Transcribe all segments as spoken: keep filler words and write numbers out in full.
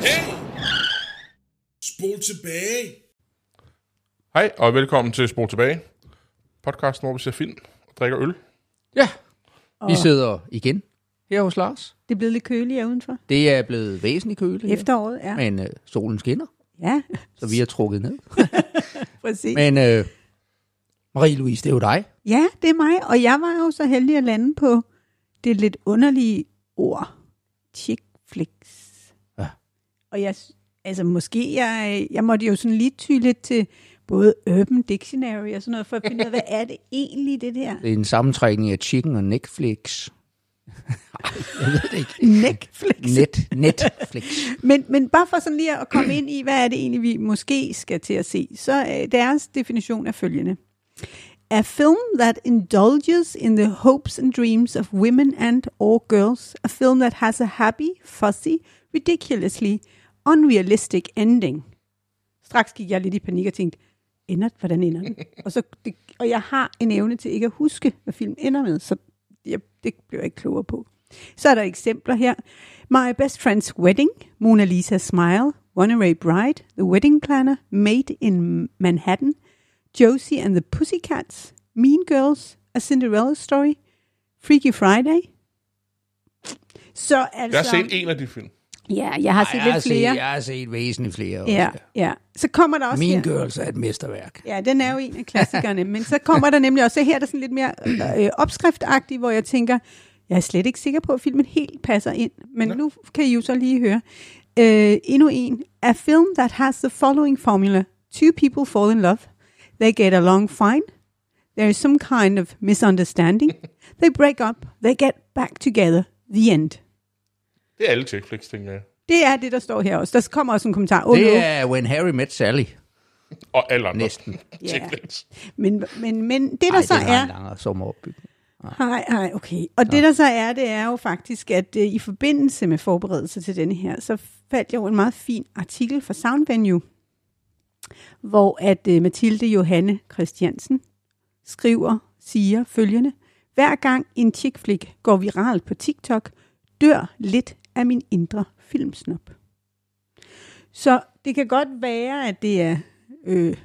Hey! Spol tilbage! Hej, og velkommen til Spol tilbage. Podcasten, hvor vi ser film og drikker øl. Ja, vi Og sidder igen her hos Lars. det er blevet lidt køligere udenfor. Det er blevet væsentligt køligt, Efteråret, ja. men øh, solen skinner, Ja, så vi er trukket ned. præcis. Men øh, Marie-Louise, det er jo dig. Ja, det er mig, og jeg var jo så heldig at lande på det lidt underlige ord. Chick flicks. Ja. Og jeg, altså måske, jeg, jeg måtte jo sådan lige ty lidt til både Urban Dictionary og sådan noget, for at finde ud af, hvad er det egentlig, det der? Det er en sammentrækning af chicken og Netflix. Ej, jeg ved det ikke. Netflix. Net, Netflix. Men, men bare for sådan lige at komme ind i, hvad er det egentlig, vi måske skal til at se, så er deres definition af følgende. A film that indulges in the hopes and dreams of women and or girls. A film that has a happy, fuzzy, ridiculously unrealistic ending. Straks gik jeg lidt i panik og tænkte, ender, hvordan ender den? og, så, det, og jeg har en evne til ikke at huske, hvad film ender med, så jeg, det blev jeg ikke klogere på. Så er der eksempler her. My Best Friend's Wedding, Mona Lisa's Smile, Runaway Bride, The Wedding Planner, Made in Manhattan, Josie and the Pussycats, Mean Girls, A Cinderella Story, Freaky Friday. Så altså... Jeg har set en af de film. Ja, jeg har Ej, set jeg har lidt flere. Set, jeg har set væsentligt flere også. Ja, ja. Så kommer der også Mean her. Girls er et mesterværk. Ja, den er jo en af klassikerne. Men så kommer der nemlig også, her er der sådan lidt mere øh, opskriftagtigt, hvor jeg tænker, jeg er slet ikke sikker på, at filmen helt passer ind. Men ja. Nu kan I jo så lige høre. Øh, endnu en. A film that has the following formula. Two people fall in love. They get along fine. There is some kind of misunderstanding. They break up. They get back together. The end. Det er alle Netflix, tænker jeg. Det er det, der står her også. Der kommer også en kommentar. Oh, Det no. er When Harry Met Sally. Og alle andre. Næsten. Ja. Netflix. Men, men, men det der Ej, så den har er... en langere sommeropbygning. Nej, nej, okay. Og det der så er, det er jo faktisk, at uh, i forbindelse med forberedelse til denne her, så faldt jeg jo en meget fin artikel fra Soundvenue, hvor at uh, Mathilde Johanne Christiansen skriver, siger følgende: hver gang en chick flick går viralt på TikTok, dør lidt af min indre filmsnop. Så det kan godt være, at det er øh,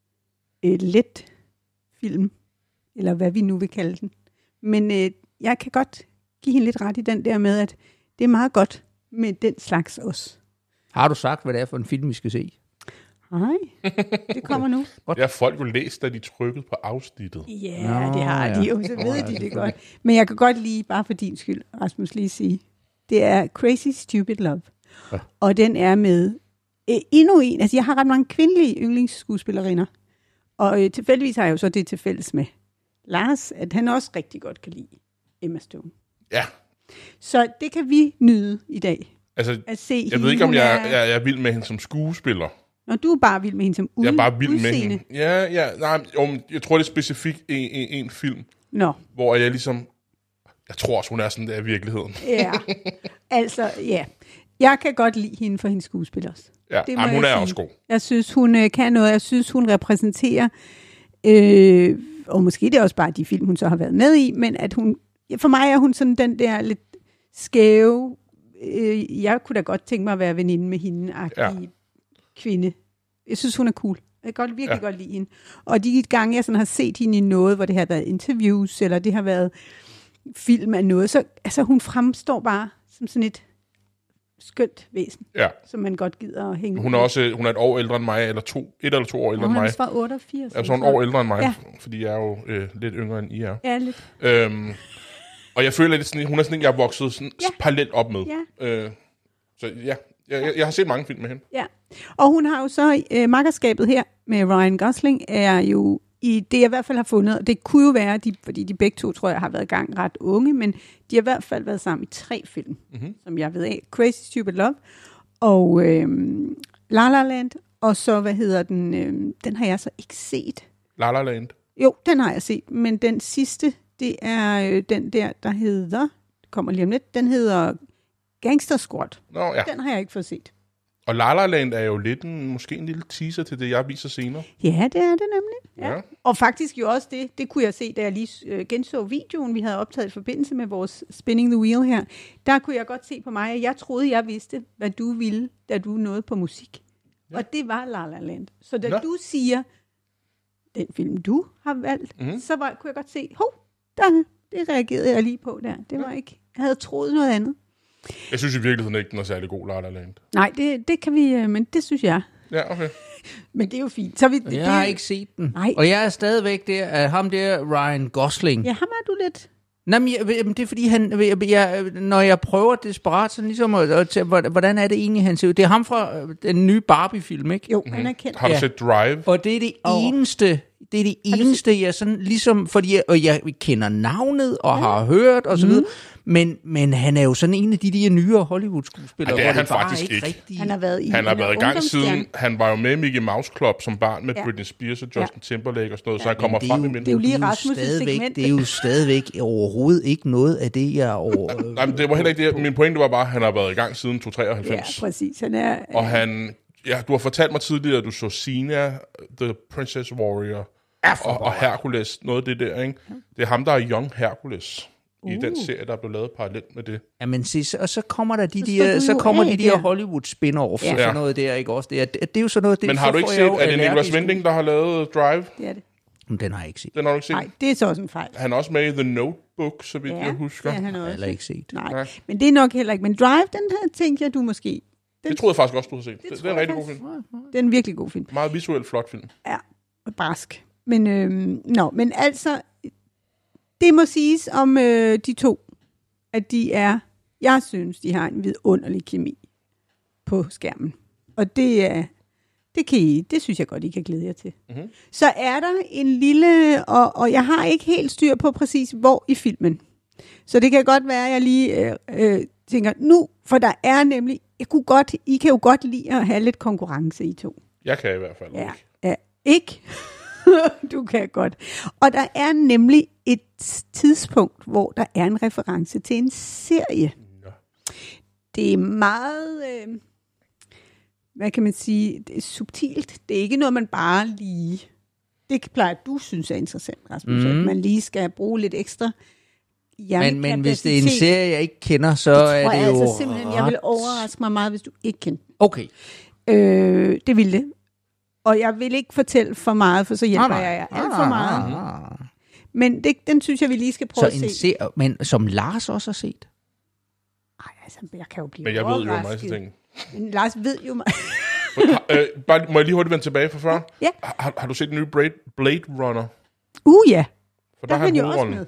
et let film, eller hvad vi nu vil kalde den. Men øh, jeg kan godt give hende lidt ret i den der med, at det er meget godt med den slags også. Har du sagt, hvad det er for en film, vi skal se? Nej, det kommer nu. Det har folk jo læst, da de trykkede på afsnittet. Ja, Nå, det har ja. de jo, så ved de det godt. Men jeg kan godt lige, bare for din skyld, Rasmus, lige sige, det er Crazy Stupid Love. Ja. Og den er med øh, endnu en, altså jeg har ret mange kvindelige yndlingsskuespillerinder, og øh, tilfældigvis har jeg jo så det til fælles med Lars, at han også rigtig godt kan lide Emma Stone. Ja. Så det kan vi nyde i dag. Altså, At se jeg hende. ved ikke, om Hun jeg, er- jeg, jeg er vild med hende som skuespiller. Når du er bare vild med hende som ud, Jeg er bare vild med udseende. hende. Ja, ja. Nej, jo, men jeg tror, det er specifikt en, en, en film, Nå, hvor jeg ligesom... Jeg tror også, hun er sådan der i virkeligheden. ja. Altså, ja. Jeg kan godt lide hende for hendes skuespil også. Ja, Det må jamen, hun jeg er sige. også god. Jeg synes, hun øh, kan noget. Jeg synes, hun repræsenterer, øh, og måske det er også bare de film, hun så har været med i, men at hun, for mig er hun sådan den der lidt skæve, øh, jeg kunne da godt tænke mig at være veninde med hende-agtige ja. kvinde. Jeg synes, hun er cool. Jeg kan godt, virkelig ja. godt lide hende. Og de gange, jeg sådan har set hende i noget, hvor det har været interviews, eller det har været film af noget, så altså, hun fremstår bare som sådan et skønt væsen, Ja. som man godt gider at hænge. Hun er også hun er et år ældre end mig, eller to, et eller to år ældre og end hun mig. er fra otteogfirs. Altså hun er år ældre end mig, Ja. fordi jeg er jo øh, lidt yngre end I er. Ja, lidt. Øhm, og jeg føler lidt sådan, hun er sådan en, jeg er vokset sådan Ja. parallelt op med. Ja. Øh, så ja, jeg, jeg, jeg har set mange film med hende. Ja. Og hun har jo så, øh, makkerskabet her med Ryan Gosling, er jo i det, jeg i hvert fald har fundet, og det kunne jo være, de, fordi de begge to, tror jeg, har været i gang ret unge, men de har i hvert fald været sammen i tre film, mm-hmm. som jeg ved af. Crazy Stupid Love, og øh, La La Land, og så, hvad hedder den, øh, den har jeg så ikke set. La La Land. Jo, den har jeg set, men den sidste, det er øh, den der, der hedder, det kommer lige om lidt, den hedder Gangster Squad. Nå ja, Den har jeg ikke fået set. Og La La Land er jo lidt en, måske en lille teaser til det, jeg viser senere. Ja, det er det nemlig. Ja. Ja. Og faktisk jo også det, det kunne jeg se, da jeg lige øh, genså videoen, vi havde optaget i forbindelse med vores Spinning the Wheel her. Der kunne jeg godt se på mig, at jeg troede, jeg vidste, hvad du ville, da du nåede på musik. Ja. Og det var La La Land. Så da Nå. du siger, den film, du har valgt, Mhm. så var, kunne jeg godt se, hov, der, det reagerede jeg lige på der. Det var ikke, jeg havde troet noget andet. Jeg synes i virkeligheden ikke, den er særlig god, La La Land. Nej, det, det kan vi, øh, men det synes jeg. Ja, okay. Men det er jo fint. Så vi, det, Jeg har det, ikke set den. Nej. Og jeg er stadigvæk der, at ham der, Ryan Gosling. Ja, ham er du lidt... Nej, men jeg, jamen, det er fordi, han, jeg, jeg, når jeg prøver desperat, så ligesom, at, at, at, hvordan er det egentlig, han ser ud? Det er ham fra øh, den nye Barbie-film, ikke? Jo, han er kendt. Har du Ja. set Drive? Og det er det Åh. eneste, det er det Har du eneste, jeg sådan ligesom, fordi jeg, og jeg kender navnet og har hørt og så videre, men, men han er jo sådan en af de der nyere Hollywood-skuespillere, Ej, det er hvor han det bare faktisk ikke ikke. rigtig... Han har været i Han har en været i gang ungdomsstjerne. siden, han var jo med i Mickey Mouse Club som barn med Ja. Britney Spears og Justin Timberlake og sådan noget, så han Men kommer det er frem jo- i mindre. det er jo lige det er jo Rasmus' stadigvæk, segment. det er jo stadigvæk overhovedet ikke noget af det, jeg over... Nej, men det var heller ikke det. Min pointe var bare, at han har været i gang siden to Ja, treoghalvfems. præcis. Han er... Og han, ja, du har fortalt mig tidligere, at du så Xena, The Princess Warrior, og, og Hercules, noget af det der, ikke? Det er ham, der er Young Hercules i den serie, der er blevet lavet parallelt med det. Jamen, se, og så kommer der de Så står der, du så jo kommer af de der der. Hollywood spin-offs Ja. og sådan noget der, ikke også? Det er, det, det er jo sådan noget... Det, Men har så du ikke får set, jeg jo er det Nicolas allergisk- Winding, der har lavet Drive? Det er det. Men den har jeg ikke set. Den har du ikke set? Nej, det er så også en fejl. Han er også med i The Notebook, så vidt Ja, jeg husker. det er han Jeg har også. heller ikke set. Nej, Nej. men det er nok heller ikke. Men Drive, den her tænkte jeg, du måske... Den, Det troede jeg faktisk også, du har set. Det, det, tror er en jeg rigtig god faktisk. film. det er en virkelig god film. Meget visuelt flot film. Ja, og barsk. Men, øhm, no, men altså, det må siges om øh, de to, at de er, jeg synes, de har en vidunderlig kemi på skærmen. Og det er, det, kan I, det synes jeg godt, I kan glæde jer til. Mhm. Så er der en lille, og, og jeg har ikke helt styr på præcis, hvor i filmen. Så det kan godt være, at jeg lige øh, øh, tænker, nu, for der er nemlig, jeg kunne godt, I kan jo godt lide at have lidt konkurrence i to. Jeg kan i hvert fald Ja, ikke. ja. Ikke? Du kan godt. Og der er nemlig et tidspunkt, hvor der er en reference til en serie. Ja. Det er meget, øh, hvad kan man sige, det er subtilt. Det er ikke noget, man bare lige, det plejer du synes er interessant, Rasmus, Mhm. mm. at man lige skal bruge lidt ekstra Men, men hvis det er en hjernekapacitet. serie, jeg ikke kender, så det er tror det jeg jo altså simpelthen, jeg vil ret- overraske mig meget, hvis du ikke kender. Okay. Øh, det ville det. Og jeg vil ikke fortælle for meget, for så hjælper Nej, nej. jeg jer alt Ah, for meget. ah, ah. Men det, den synes jeg, vi lige skal prøve Så at en se. serie, men som Lars også har set. Ej, altså, jeg kan jo blive Men jeg ved jo en masse overrasket. ting. Men Lars ved jo mig. øh, bare, må jeg lige hurtigt vende tilbage fra før? Ja. Har, har du set den nye Blade, Blade Runner? Uh ja, For der er han jo også hovedrollen. med.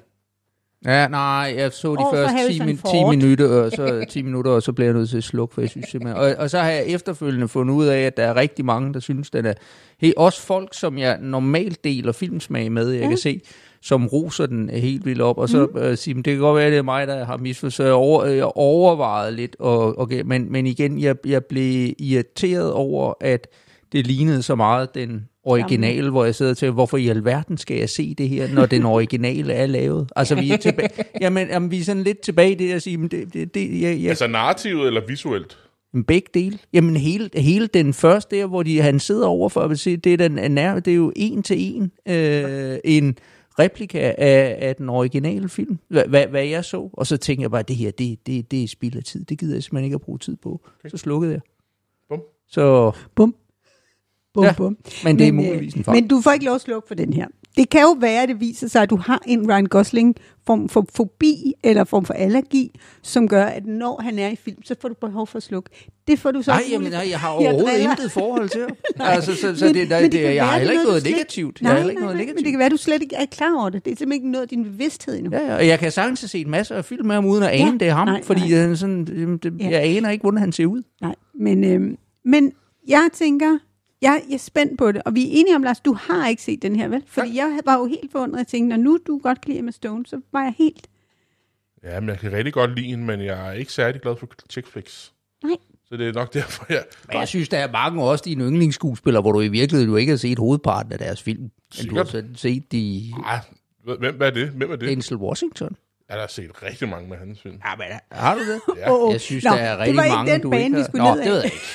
Ja, nej, jeg så de Over for første ti, Harrison min, ti Ford. minutter, og så ti minutter, og så blev jeg nødt til at slukke, for jeg synes simpelthen... Og, og så har jeg efterfølgende fundet ud af, at der er rigtig mange, der synes, den er... Hey, også folk, som jeg normalt deler filmsmag med, jeg Ja. kan se, som roser den helt vildt op, og så mm. øh, siger, det kan godt være, at det er mig, der har misforstået, så jeg, over, jeg overvejede lidt, og, okay, men, men igen, jeg, jeg blev irriteret over, at det lignede så meget den originale, hvor jeg sidder til, hvorfor i alverden skal jeg se det her, når den originale er lavet? Altså, vi er tilbage, jamen, jamen, vi er sådan lidt tilbage i det at sige, men det, det, det jeg, jeg, Altså narrativet eller visuelt? begge dele. Jamen, hele, hele den første der, hvor de, han sidder overfor, jeg vil sige, det er, den, nær, det er jo en til en øh, en replika af, af den originale film, hvad, hvad, hvad jeg så. Og så tænkte jeg bare, det her, det, det, det er spild af tid. Det gider jeg simpelthen ikke at bruge tid på. Så slukkede jeg. Bum. Så, Bum. Bum, Ja, bum. men det er Men, øh, muligvis en fejl. Men du får ikke lov at slukke for den her. Det kan jo være, at det viser sig, at du har en Ryan Gosling form for fobi eller form for allergi, som gør, at når han er i film, så får du behov for at slukke. Det får du så Nej, ikke jamen, mulighed- nej, jeg har Jeg overhovedet driller. intet forhold til ham. Altså, så, så Men- det, der, men det, kan jeg har være, heller det er ikke noget du slet- negativt. Nej, Jeg har heller ikke nej, noget nej, negativt. men det kan være, at du slet ikke er klar over det. Det er simpelthen ikke noget af din bevidsthed endnu. Ja, ja, og jeg kan sagtens have set masser af film med ham, uden at ane, Ja, det er ham, nej, fordi nej. han sådan, det, det, Ja. jeg aner ikke, hvordan han ser ud. Nej, men, øh, men jeg tænker, jeg, jeg er spændt på det, og vi er enige om, Lars, du har ikke set den her, vel? Fordi jeg var jo helt forundret og tænkte, når nu du godt kan lide Emma Stone, så var jeg helt, Ja, men jeg kan rigtig godt lide hende, men jeg er ikke særlig glad for chick flicks. nej. Så det er nok derfor, jeg... Men jeg synes, der er mange også dine yndlingsskuespillere, hvor du i virkeligheden du ikke har set hovedparten af deres film. Men du har Sikkert. sådan set de... Ah, hvem hvad er det? Hvem er det? Denzel Washington. Jeg har da set rigtig mange med hans film. Ja, men har du det? Ja. Åh, åh. Jeg synes, Nå, der er det rigtig var ikke mange, den du bane, ikke vi har... skulle Nå, ned ad. det ved jeg ikke.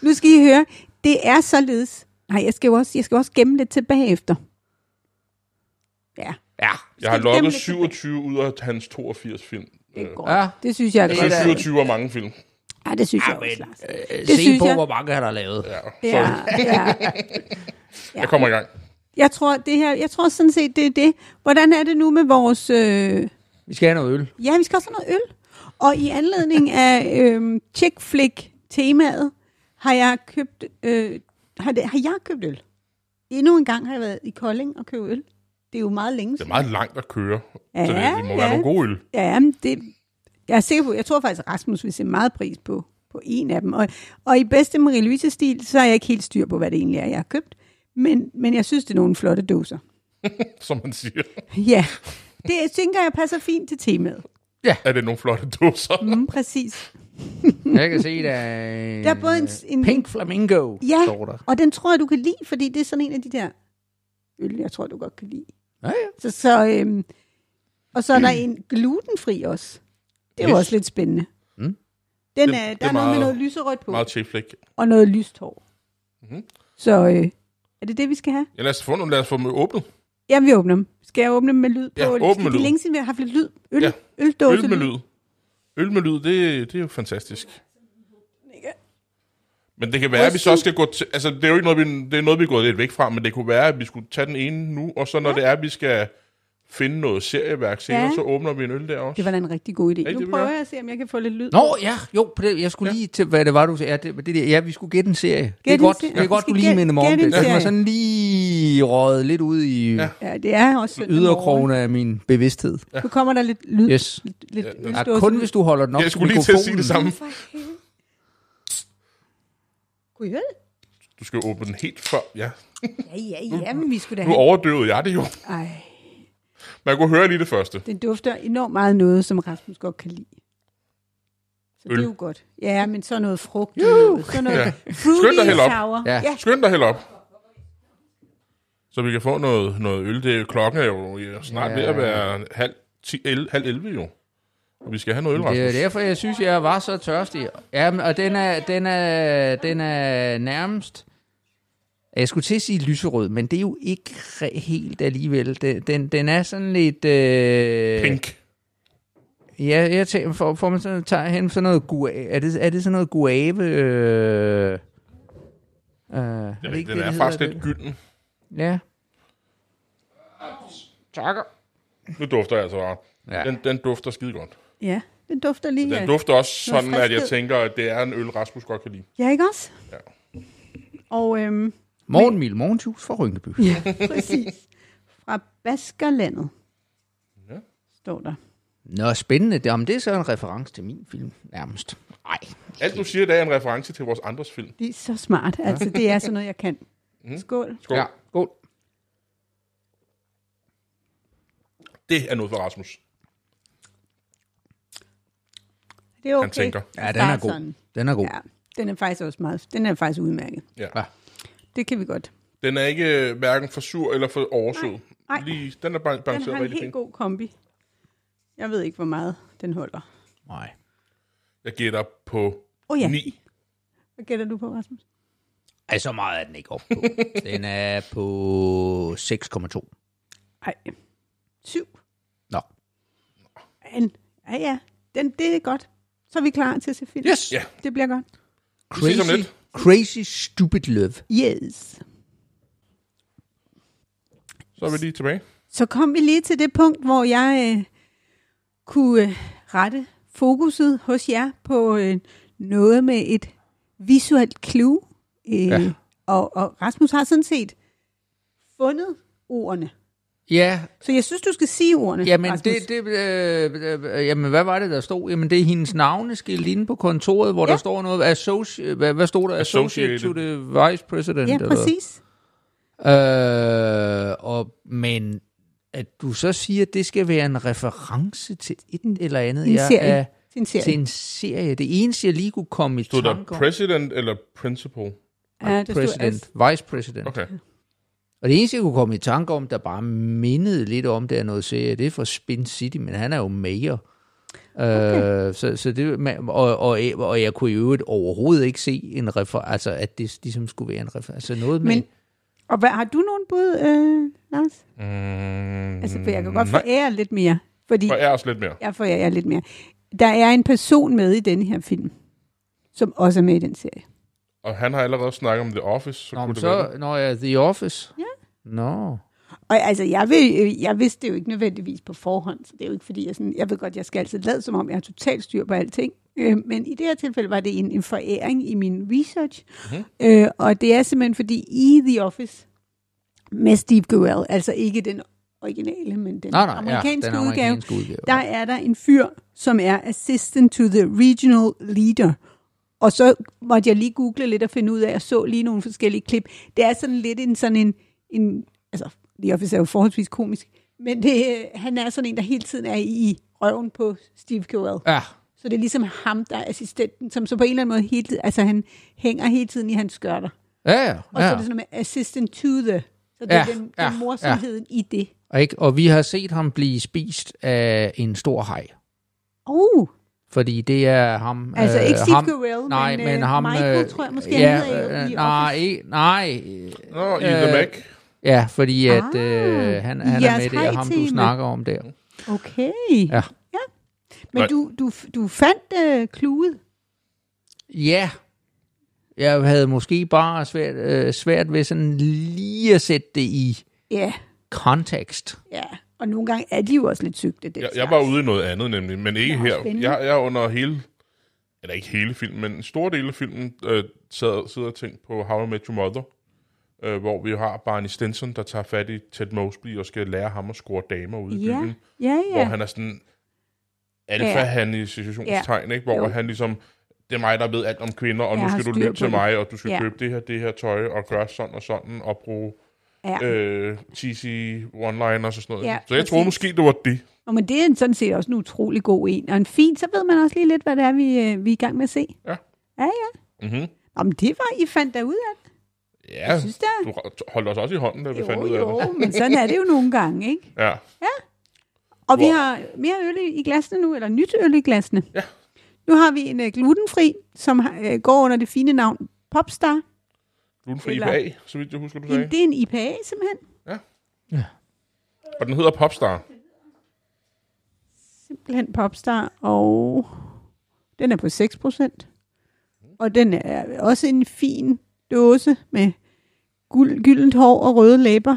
Nu skal I høre, det er således... Nej, jeg skal jo også, jeg skal også gemme lidt tilbage efter. Ja. Ja. Jeg har logget syvogtyve ud af hans toogfirs film. Det er godt. Ja. Det synes jeg er Jeg godt. synes syvogtyve er mange film. Ja, det synes Ja, jeg også, men, Lars. Øh, Det se synes på, jeg. hvor mange han har lavet. Ja, Ja, sorry. ja. Jeg kommer i gang. Jeg tror, det her, jeg tror sådan set, det er det. Hvordan er det nu med vores... Øh... Vi skal have noget øl. Ja, vi skal også have noget øl. Og i anledning af øh, chick flick temaet har jeg købt... Øh, har, det, har jeg købt øl? Endnu en gang har jeg været i Kolding og købt øl. Det er jo meget længe Det er meget langt at køre, Ja, så det, det må ja. være nogle gode øl. Ja, men det, jeg er sikker på, jeg tror faktisk, at Rasmus vil se meget pris på, på en af dem. Og, og i bedste Marie-Louise-stil, så er jeg ikke helt styr på, hvad det egentlig er, jeg har købt. Men, men jeg synes, det er nogle flotte dåser. Som man siger. Ja, det tænker jeg passer fint til temaet. Er det nogle flotte dåser? Mm, præcis. Jeg kan se, der er, Der er både en, en Pink Flamingo, Ja, står der. og den tror jeg, du kan lide, fordi det er sådan en af de der øl, jeg tror, du godt kan lide. Ja, ja. Så, så, øhm, og så er der en glutenfri også. Det er jo Yes. også lidt spændende. Mm. Den Det- er, det der er er noget med meget- noget lyserødt på, Meget chick flick. og noget lyst hår. Mhm. Så øh, er det det, vi skal have? Ja, lad os få nogle, lad os få dem åbnet. Ja, vi åbner dem. Skal jeg åbne dem med lyd på? Ja, åbn med Skal det lyd. er længe siden, vi har haft lidt lyd. Øl, Ja. Øldåse Øl med lyd. Øl med lyd, det, det er jo fantastisk. Men det kan være, at vi så skal gå til... Altså, det er jo ikke noget, vi, det er noget, vi er gået lidt væk fra, men det kunne være, at vi skulle tage den ene nu, og så når ja. det er, at vi skal finde noget serieværk senere, Ja. så åbner vi en øl der også. Det var da en rigtig god idé. det Nu vi prøver gør. jeg at se, om jeg kan få lidt lyd. Nå, ja, jo, på det, jeg skulle lige til, hvad det var, du sagde. Ja, det, det, ja, vi skulle gætte en serie. det er en godt, serie. det er Vi godt skal du lige gætte- minder mig om gætte en det. Jeg var serie. sådan lige røget lidt ud i Ja. Ja, det er også søndag morgen. yderkrogene af min bevidsthed. Nu kommer der lidt lyd. Yes. Lidt, lidt Ja, Ja, øldåse kun lyd. hvis du holder den op Jeg skulle lige til at sige det samme. For helvede. Kunne I høre det? Du skal jo åbne den helt før. Ja, Ja, ja, ja, men vi skulle da nu have... overdøvede jeg det jo. Ej, Man kunne høre lige det første. den dufter enormt meget noget, som Rasmus godt kan lide. Så Øl. det er jo godt. Ja, men så noget frugt. Noget, så noget Ja. fruity Skynd dig helt op. sour. Ja. ja. Skynd dig helt op. Så vi kan få noget, noget øl. Det er, klokken er jo snart Ja. ved at være halv, ti, el, halv elleve jo. Og vi skal have noget øl, Det er Rasmus. derfor, jeg synes, jeg var så tørstig. Ja, men- og den er, den er, den er nærmest... Jeg skulle til at sige lyserød, men det er jo ikke re- helt alligevel. Den, den, den er sådan lidt... Øh, Pink. Ja, jeg tænker, får, får man sådan, tager hen sådan noget guave... Er det, er det sådan noget guave... Øh, øh, er det Den, ikke den det, er det faktisk hedder, lidt gylden. Ja. Takker. Nu dufter jeg altså bare. Ja. Den, den dufter skide godt. Ja, den dufter lige Den af... dufter også noget sådan, at jeg friskhed. tænker, at det er en øl, Rasmus godt kan lide. Ja, ikke også? Ja. Og øhm, Morgenmil, morgenjuice fra Rynkeby. ja, præcis. Fra Baskerlandet. Ja. Står der. Nå, spændende. Det, om det er så en reference til min film, nærmest. Nej. Alt du siger, det er en reference til vores andres film. Det er så smart. Altså, det er sådan noget, jeg kan. Mhm. Skål. Skål. Ja, skål. Det er noget for Rasmus. Det er okay. Han tænker. Ja, den Bare er god. sådan. Den er god. Ja, den er faktisk også meget... Den er faktisk udmærket. Ja. Ja. Det kan vi godt. Den er ikke øh, hverken for sur eller for oversød. Nej. Lige, den er bare Den balanceret har en rigtig helt fint. god kombi. Jeg ved ikke, hvor meget den holder. Nej. Jeg gætter på Åh oh, ja. ni. Hvad gætter du på, Rasmus? Ej, så meget er den ikke op på. Den er på seks komma to. Nej. Syv. Nå. En. Ja, ja. Den, det er godt. Så er vi klar til at se film. Yes. Ja, Det bliver godt. vi ses om Crazy, lidt. crazy stupid love. Yes. Så er vi lige tilbage. Så kom vi lige til det punkt, hvor jeg øh, kunne øh, rette fokuset hos jer på øh, noget med et visuelt clue. Øh, Ja. og, og Rasmus har sådan set fundet ordene. Ja, Så jeg synes, du skal sige ordene, jamen, Rasmus. det, det, øh, øh, jamen, hvad var det, der stod? Jamen, det er hendes navneskilt inde på kontoret, hvor Ja. der står noget. Associ- hvad, hvad stod der? Associate to the vice president. Ja, eller? præcis. Øh, og, men at du så siger, at det skal være en reference til et eller andet. En jeg serie. Er, Til en serie. til en serie. Det eneste, jeg lige kunne komme i Stod der tanke om. president eller principal? Ja, det stod President, as- vice president. Okay. Og det eneste, jeg kunne komme i tanke om, der bare mindede lidt om, det er noget serie, det er fra Spin City, men han er jo mayor. Okay. Øh, så, så det, og, og, og jeg kunne jo overhovedet ikke se en refer, altså at det ligesom skulle være en refer, altså noget med... Men, og hvad, har du nogen bud, øh, Lars? Mm, Altså, for jeg kan godt nej. forære lidt mere. Fordi Forære os lidt mere. jeg forærer lidt mere. Der er en person med i den her film, som også er med i den serie. Og han har allerede snakket om The Office, så Nå, kunne det så, være det. når jeg The Office? Ja. Nå. Og altså, jeg, ved, jeg vidste det jo ikke nødvendigvis på forhånd, så det er jo ikke fordi, jeg, sådan, jeg ved godt, jeg skal altid lade som om, jeg har totalt styr på alting. Øh, men i det her tilfælde var det en, en foræring i min research. Mm-hmm. Øh, og det er simpelthen fordi i The Office med Steve Carell, altså ikke den originale, men den Nej, nej, amerikanske, ja, den udgave, amerikanske udgave, der er der en fyr, som er assistant to the regional leader. Og så måtte jeg lige google lidt og finde ud af, at så lige nogle forskellige klip. Det er sådan lidt en sådan en, en altså The Office er jo forholdsvis komisk, men det, han er sådan en, der hele tiden er i røven på Steve Carell. Ja. Så det er ligesom ham, der er assistenten, som så på en eller anden måde hele tiden, altså han hænger hele tiden i hans skørter. Ja, ja. Og så er det sådan noget med assistant to the, så det Ja, er den, den ja, morsomheden ja. i det. Og, ikke? Og vi har set ham blive spist af en stor haj. Oh, Fordi det er ham... altså øh, ikke Steve ham, Carell, nej, men, men øh, ham, Michael, øh, tror jeg måske, ja, han hedder i, øh, i nej, Office. ikke, nej. Nå, i The Mac. Ja, fordi at Ah, øh, han, han er jeres med der, ham du haj-tema. snakker om der. Okay. Ja. ja. Men du, du, du fandt øh, kluet. Ja. Jeg havde måske bare svært, øh, svært ved sådan lige at sætte det i Ja. kontekst. Ja, og nogle gange er de jo også lidt søgte. Den Jeg, slags. jeg var ude i noget andet nemlig, men ikke Nå, her. spændende. Jeg, jeg er under hele, eller ikke hele filmen, men en stor del af filmen, øh, sad, sidder og tænkt på How I Met Your Mother, øh, hvor vi har Barney Stinson, der tager fat i Ted Mosby og skal lære ham at score damer ude i Ja, byen. ja, ja. Hvor han er sådan alfa-han i situationstegn, ikke? Hvor Jo. han ligesom, det er mig, der ved alt om kvinder, og Jeg nu har skal du styr lytte på til det. mig, og du skal Ja. købe det her, det her tøj, og gøre sådan og sådan, og bruge ja. øh, cheesy one-liners og sådan noget. Ja, så jeg tror præcis. måske, det var det. Og men det er sådan set også en utrolig god en. Og en fin, så ved man også lige lidt, hvad det er, vi, øh, vi er i gang med at se. Ja. Ja, ja. Mm-hmm. Om det var, I fandt derud af. Ja, Jeg synes det er. du holdt os også i hånden, da vi Jo, fandt ud af jo, det. men sådan er det jo nogle gange, ikke? Ja. Og vi Hvor- har mere øl i i glasene nu, eller nyt øl i glasene. Ja. Nu har vi en uh, glutenfri, som har, uh, går under det fine navn Popstar. Glutenfri Eller- I P A, så vidt jeg husker, du En, sagde. det er en I P A, simpelthen. Og den hedder Popstar. Simpelthen Popstar, og den er på seks procent. Og den er også en fin dåse med guld, gyldent hår og røde læber.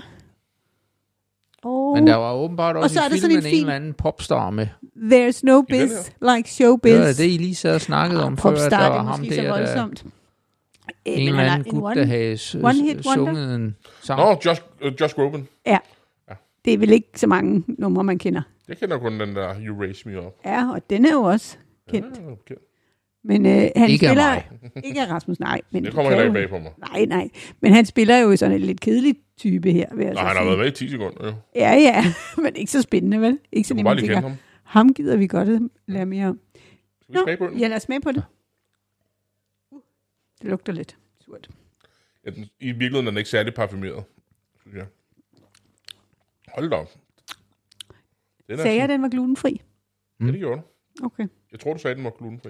Og Men der var åbenbart også så er i der sådan filmen en en, fin- eller anden popstar med. there's no I den biz her? like showbiz. Det var det, I lige sad og snakkede om før, at Popstar, der det var er ham måske så der, der voldsomt. Øh, en men eller han er anden en gut, one- der havde s- one hit s- wonder. sunget en sang. Nå, Josh, uh, Josh Groban. Ja. Det er vel ikke så mange numre, man kender. Jeg kender kun den der You Raise Me Up. Ja, og den er jo også kendt. Ja, okay. Men øh, han Ikke af spiller... mig. Ikke af Rasmus, nej. Men Det kommer kan heller jo- ikke bag på mig. Nej, nej. Men han spiller jo sådan en lidt kedelig type her, vil jeg Nå, så han har sige. været med i ti sekunder, jo. Ja, ja. Men ikke så spændende, vel? Ikke så Du må nemt, bare man lige kende tænker, ham. ham gider vi godt at lære mere om. Skal vi smage på den? Ja, lad os smage på det. Det lugter lidt surt. Ja, den- I virkeligheden er den ikke særlig parfumeret, synes jeg. Hold da op. Den er Sagde jeg, sådan- den var glutenfri? Ja, det gjorde du. Okay. Jeg tror, du sagde, den var glutenfri.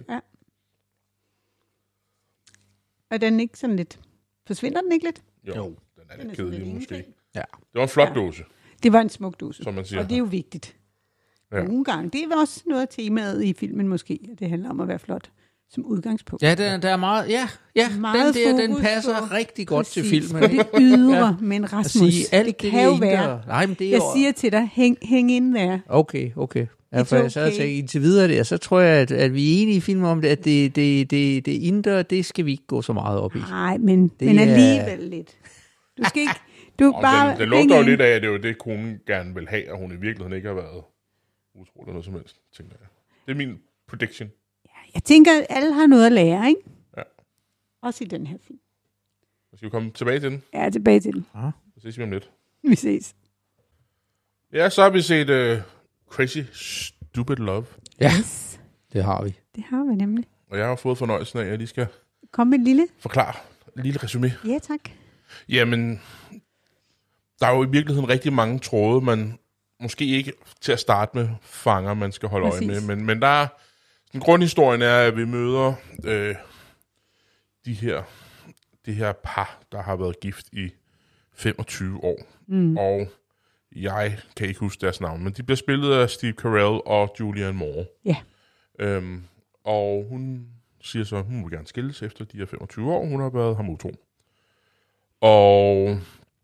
Og den ikke sådan lidt... Forsvinder den ikke lidt? Jo, Jo. den er Den er lidt sådan kedelig lidt måske. ingenting. Ja. Det var en flot Ja. dåse, Det var en smuk dose. som man siger. Og det er jo vigtigt. Ja. Ja. Nogle gange. Det er også noget af temaet i filmen måske. At det handler om at være flot som udgangspunkt. Ja, den, der er meget, ja, ja Meget den der, den fokus passer på- rigtig godt Præcis, til filmen. på det ydre, men At Rasmus, sige, alt det det, kan jo indre- være. Nej, men det er Jeg jo... siger til dig, hæng, hæng ind der. Okay, okay. Ja, It's for jeg sad og okay. tænkte, indtil videre der, så tror jeg, at, at vi er enige i filmen om det, at det, det, det, det indre, det skal vi ikke gå så meget op i. Nej, men, Det men er- alligevel lidt. Du skal ikke... Du Og bare den, den hæng lugter jo ind. lidt af, at det er jo det, konen gerne vil have, og hun i virkeligheden ikke har været utro eller noget som helst, tænker jeg. Det er min prediction. Jeg tænker, at alle har noget at lære, ikke? Ja. Også i den her film. Så skal vi komme tilbage til den, Jeg er tilbage til den. så ses vi om lidt. Vi ses. Ja, så har vi set uh, Crazy Stupid Love, Ja, Yes. det har vi. Det har vi nemlig. og jeg har fået fornøjelsen af, at jeg lige skal Kom med et lille. forklare et lille resumé. Ja, tak. Jamen, der er jo i virkeligheden rigtig mange tråde, man måske ikke til at starte med fanger, man skal holde Præcis. øje med. Men, men der er, den grundhistorien er, at vi møder øh, de her, de her par, der har været gift i femogtyve år. Mm. Og jeg kan ikke huske deres navn, men de bliver spillet af Steve Carell og Julianne Moore. Ja. Øhm, og hun siger så, at hun vil gerne skilles efter de her femogtyve år. Hun har været ham utro. Og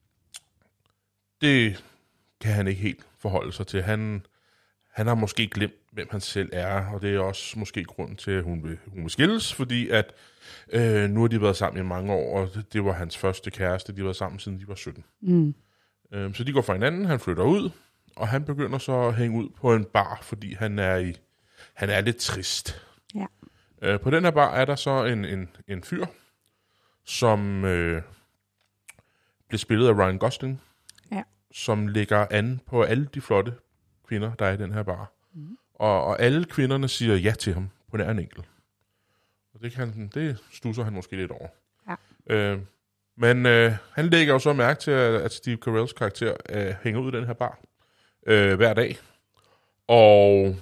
det kan han ikke helt forholde sig til. Han, han har måske glemt, hvem han selv er, og det er også måske grunden til, at hun vil, hun vil skilles, fordi at øh, nu har de været sammen i mange år, og det, det var hans første kæreste. De har været sammen siden de var sytten. Mm. Øhm, så de går fra hinanden, han flytter ud, og han begynder så at hænge ud på en bar, fordi han er i han er lidt trist. Ja. Øh, på den her bar er der så en, en, en fyr, som øh, bliver spillet af Ryan Gosling, Ja. som lægger an på alle de flotte kvinder, der er i den her bar. Mm. Og, og alle kvinderne siger ja til ham på nær en enkelt. Og det, kan, det stusser han måske lidt over. Ja. Øh, men øh, han lægger jo så mærke til, at, at Steve Carells karakter øh, hænger ud i den her bar øh, hver dag. Og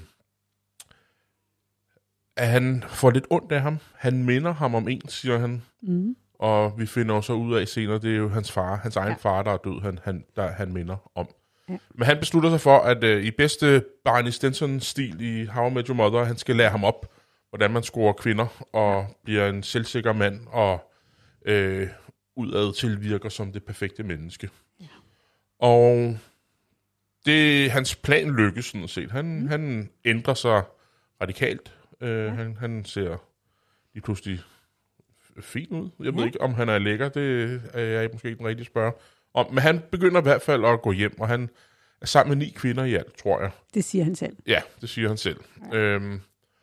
at han får lidt ondt af ham. Han minder ham om en, siger han. Mm. Og vi finder jo så ud af senere, det er jo hans far, hans egen ja. far, der er død, han, han, der han minder om. Ja. Men han beslutter sig for, at øh, i bedste Barney Stinson-stil i How I Met Your Mother, han skal lære ham op, hvordan man scorer kvinder, og bliver en selvsikker mand, og øh, udad til virker som det perfekte menneske. Ja. Og det, hans plan lykkes sådan set. Han, mm. han ændrer sig radikalt. Uh, ja. han, han ser lige pludselig fin ud. Jeg ved ja. ikke, om han er lækker. Det er jeg måske ikke den rigtige spørge om. Men han begynder i hvert fald at gå hjem, og han er sammen med ni kvinder i alt, tror jeg. Det siger han selv. Ja, det siger han selv. Ja. Øhm,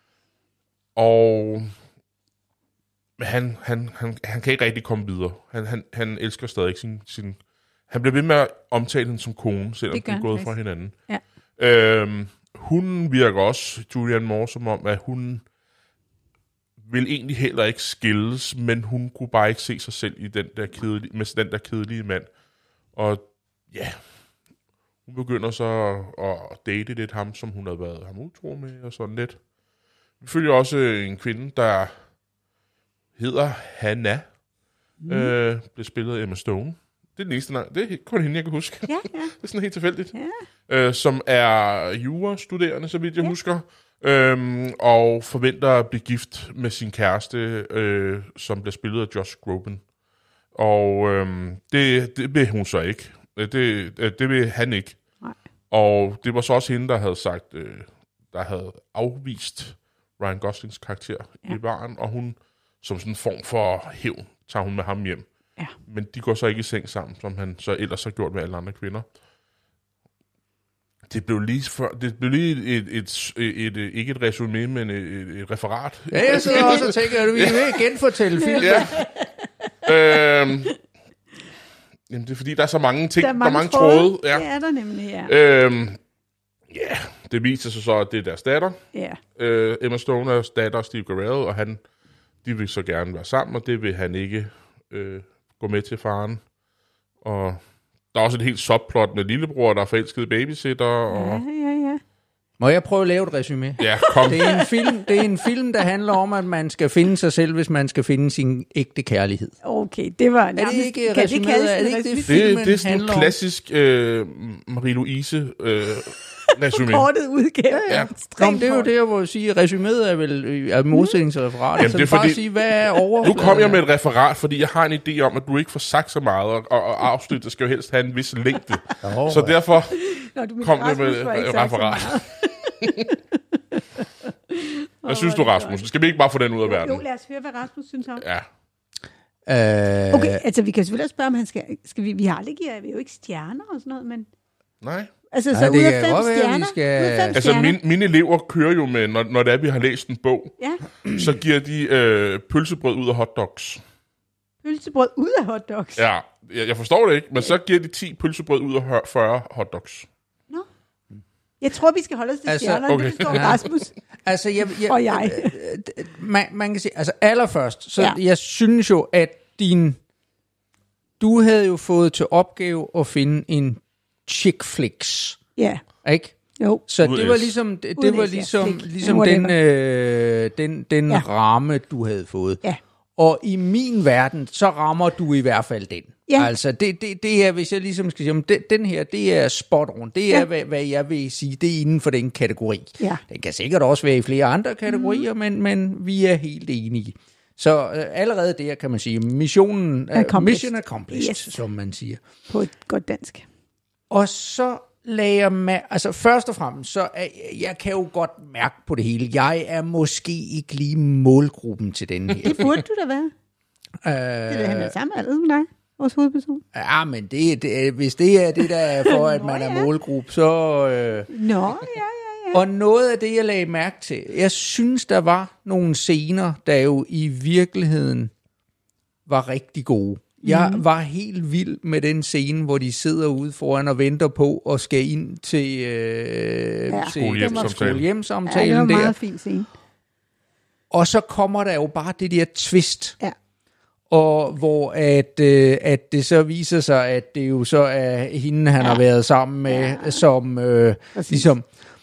og men han, han, han, han kan ikke rigtig komme videre. Han, han, han elsker stadig sin, sin... Han bliver ved med at omtale hende som kone, selvom de er gået fra hinanden. Ja. Øhm, hun virker også, Julianne Moore, som om, at hun vil egentlig heller ikke skilles, men hun kunne bare ikke se sig selv i den der kedelige, med den der kedelige mand. Og ja, hun begynder så at date lidt ham, som hun havde været ham utro med, og sådan lidt. Vi følger også en kvinde, der hedder Hannah, mm. øh, bliver spillet af Emma Stone. Det er den eneste navn. Det er kun hende, jeg kan huske. Ja, ja. Det er sådan helt tilfældigt. Ja. Øh, som er jurastuderende, så vidt jeg ja. husker. Øhm, og forventer at blive gift med sin kæreste, øh, som bliver spillet af Josh Groban. Og øhm, det, det vil hun så ikke. Det, det vil han ikke. Nej. Og det var så også hende, der havde sagt, øh, der havde afvist Ryan Goslings karakter ja. i baren, og hun som sådan en form for hævn tager hun med ham hjem. Ja. Men de går så ikke i seng sammen, som han så ellers har gjort med alle andre kvinder. Det blev lige, for, det blev lige et, et, et, et, ikke et resumé, men et, et, et referat. Ja, jeg sidder også og tænker, at vi vil genfortælle filmen. Ja. øhm, jamen, det er fordi, der er så mange ting, der er mange, der er mange tråde. tråde. Ja. Det er der nemlig, ja. Øhm, ja, det viser sig så, at det er deres datter. Ja. Øh, Emma Stones datter, Steve Carell, og han, de vil så gerne være sammen, og det vil han ikke øh, gå med til faren. Og der er også et helt subplot med lillebror, der er forelsket babysitter. Og ja, ja, ja. Må jeg prøve at lave et resumé? Ja, kom. Det er en film, det er en film, der handler om, at man skal finde sig selv, hvis man skal finde sin ægte kærlighed. Okay, det var nærmest... Er det ikke resumeret? Er det ikke det, filmen det, det er sådan en klassisk øh, Marie-Louise øh, resumé. Kortet udgave. Ja, ja. Nå, det er jo det, hvor jeg siger, resuméet er vel er modsætningsreferat. Jamen, så det er bare fordi, sige, hvad er overfladen? Nu kom jeg med et referat, fordi jeg har en idé om, at du ikke får sagt så meget, og, og afsnittet skal jo helst have en vis længde. Oh, så derfor Nå, kom jeg med et referat. Hvad synes du, Rasmus? Skal vi ikke bare få den ud af verden? Jo, lad os høre, hvad Rasmus synes om. Ja. Uh... Okay, altså vi kan selvfølgelig spørge, om han skal... skal vi, vi har aldrig givet, vi er jo ikke stjerner og sådan noget, men... Nej. Altså, så ud af fem stjerner? Skal... Altså, mine, mine elever kører jo med, når, når det er, vi har læst en bog, ja. så giver de øh, pølsebrød ud af hotdogs. Pølsebrød ud af hotdogs? Ja, jeg, jeg forstår det ikke, men så giver de ti pølsebrød ud af fyrre hotdogs. Nå. Jeg tror, vi skal holde os til altså, stjernerne, okay. Det forstår ja. Rasmus altså, jeg, jeg, og jeg. man, man kan sige, altså allerførst, så ja. jeg synes jo, at din... Du havde jo fået til opgave at finde en chick flicks. Ja. Ikke? Jo. Så Uden det var S. ligesom, det, Uden det var S, ja. ligesom, Flik. ligesom Whatever. den, øh, den, den Ja. ramme, du havde fået. Ja. Og i min verden, så rammer du i hvert fald den. Ja. Altså, det, det, det er, hvis jeg ligesom skal sige, om den, den her, det er spot on. Det er, Ja. hvad, hvad jeg vil sige, det er inden for den kategori. Ja. Den kan sikkert også være i flere andre kategorier, mm. men, men vi er helt enige. Så øh, allerede der kan man sige, missionen, øh, Accomplished. mission accomplished, Yes. som man siger. På et godt dansk. Og så lagde jeg med, altså først og fremmest, så er, jeg kan jo godt mærke på det hele. Jeg er måske ikke lige målgruppen til den her. Det burde du da være. Øh, Det er det, han er samme alder som dig, vores hovedperson. Ja, men det, det, hvis det er det, der er for, at man Nå, er ja. målgruppe, så... Øh, Nå, ja, ja, ja. og noget af det, jeg lagde mærke til, jeg synes, der var nogle scener, der jo i virkeligheden var rigtig gode. Jeg Mhm. var helt vild med den scene, hvor de sidder ude foran og venter på og skal ind til, øh, Ja, til Skolehjemsamtalen. Ja, skolehjemsamtalen det var en der. meget fin scene. Og så kommer der jo bare det der twist, Ja. og hvor at, øh, at det så viser sig, at det jo så er hende, han ja. har været sammen med, ja. som øh, ligesom...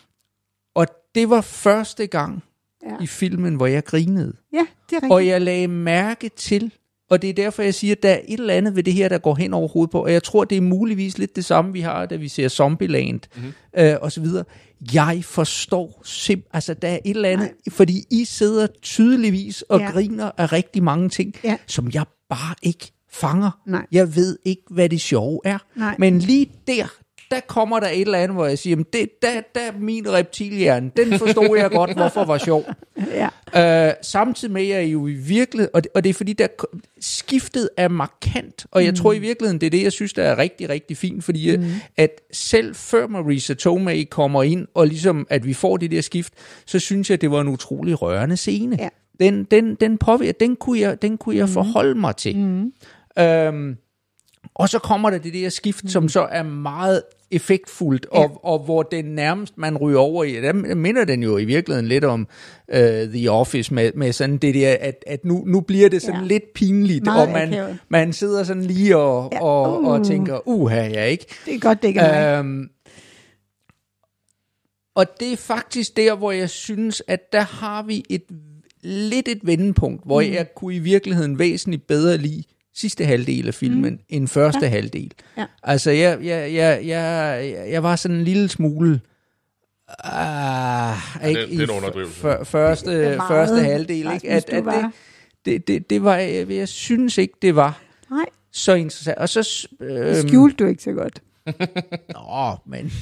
Og det var første gang Ja. i filmen, hvor jeg grinede. Ja, det er rigtigt. Og jeg lagde mærke til, og det er derfor, jeg siger, at der er et eller andet ved det her, der går hen over hovedet på, og jeg tror, det er muligvis lidt det samme, vi har, da vi ser Zombieland, mm-hmm. øh, og så videre. Jeg forstår simpelthen, altså der er et eller andet, Nej. fordi I sidder tydeligvis og Ja. griner af rigtig mange ting, Ja. som jeg bare ikke fanger. Nej. Jeg ved ikke, hvad det sjove er. Nej. Men lige der, der kommer der et eller andet, hvor jeg siger, jamen det, der, der er min reptilhjerne, den forstod jeg godt, hvorfor var sjov. Ja. Øh, samtidig med, at jeg jo i virkeligheden, og det, og det er fordi, der skiftet er markant, og jeg mm. tror i virkeligheden, det er det, jeg synes, der er rigtig, rigtig fint, fordi mm. at selv før Marisa Tomei kommer ind, og ligesom, at vi får det der skift, så synes jeg, det var en utrolig rørende scene. Ja. Den, den, den, påvirker, den kunne jeg, den kunne jeg mm. forholde mig til. Mm. Øhm, og så kommer der det der skift, mm. som så er meget effektfuldt, ja. og, og hvor den nærmest man ryger over i, der minder den jo i virkeligheden lidt om uh, The Office, med, med sådan det der, at, at nu, nu bliver det sådan ja. lidt pinligt, meget og man, akavet. man sidder sådan lige og, Ja. og, Uh. og tænker, uha, ja, ikke? Det er godt, det ikke er mig. Øhm, og det er faktisk der, hvor jeg synes, at der har vi et lidt et vendepunkt, hvor mm. jeg kunne i virkeligheden væsentligt bedre lide sidste halvdel af filmen, mm. end første ja. halvdel. Ja. Altså, jeg, jeg, jeg, jeg, jeg var sådan en lille smule... Ah, Ja, ikke det, det er en underdrivelse. For, første, meget, første halvdel, ikke? At, at det, det, det, det var, jeg, jeg synes ikke, det var Nej, så interessant. Og så... Øhm, det skjulte du ikke så godt. Nå, men...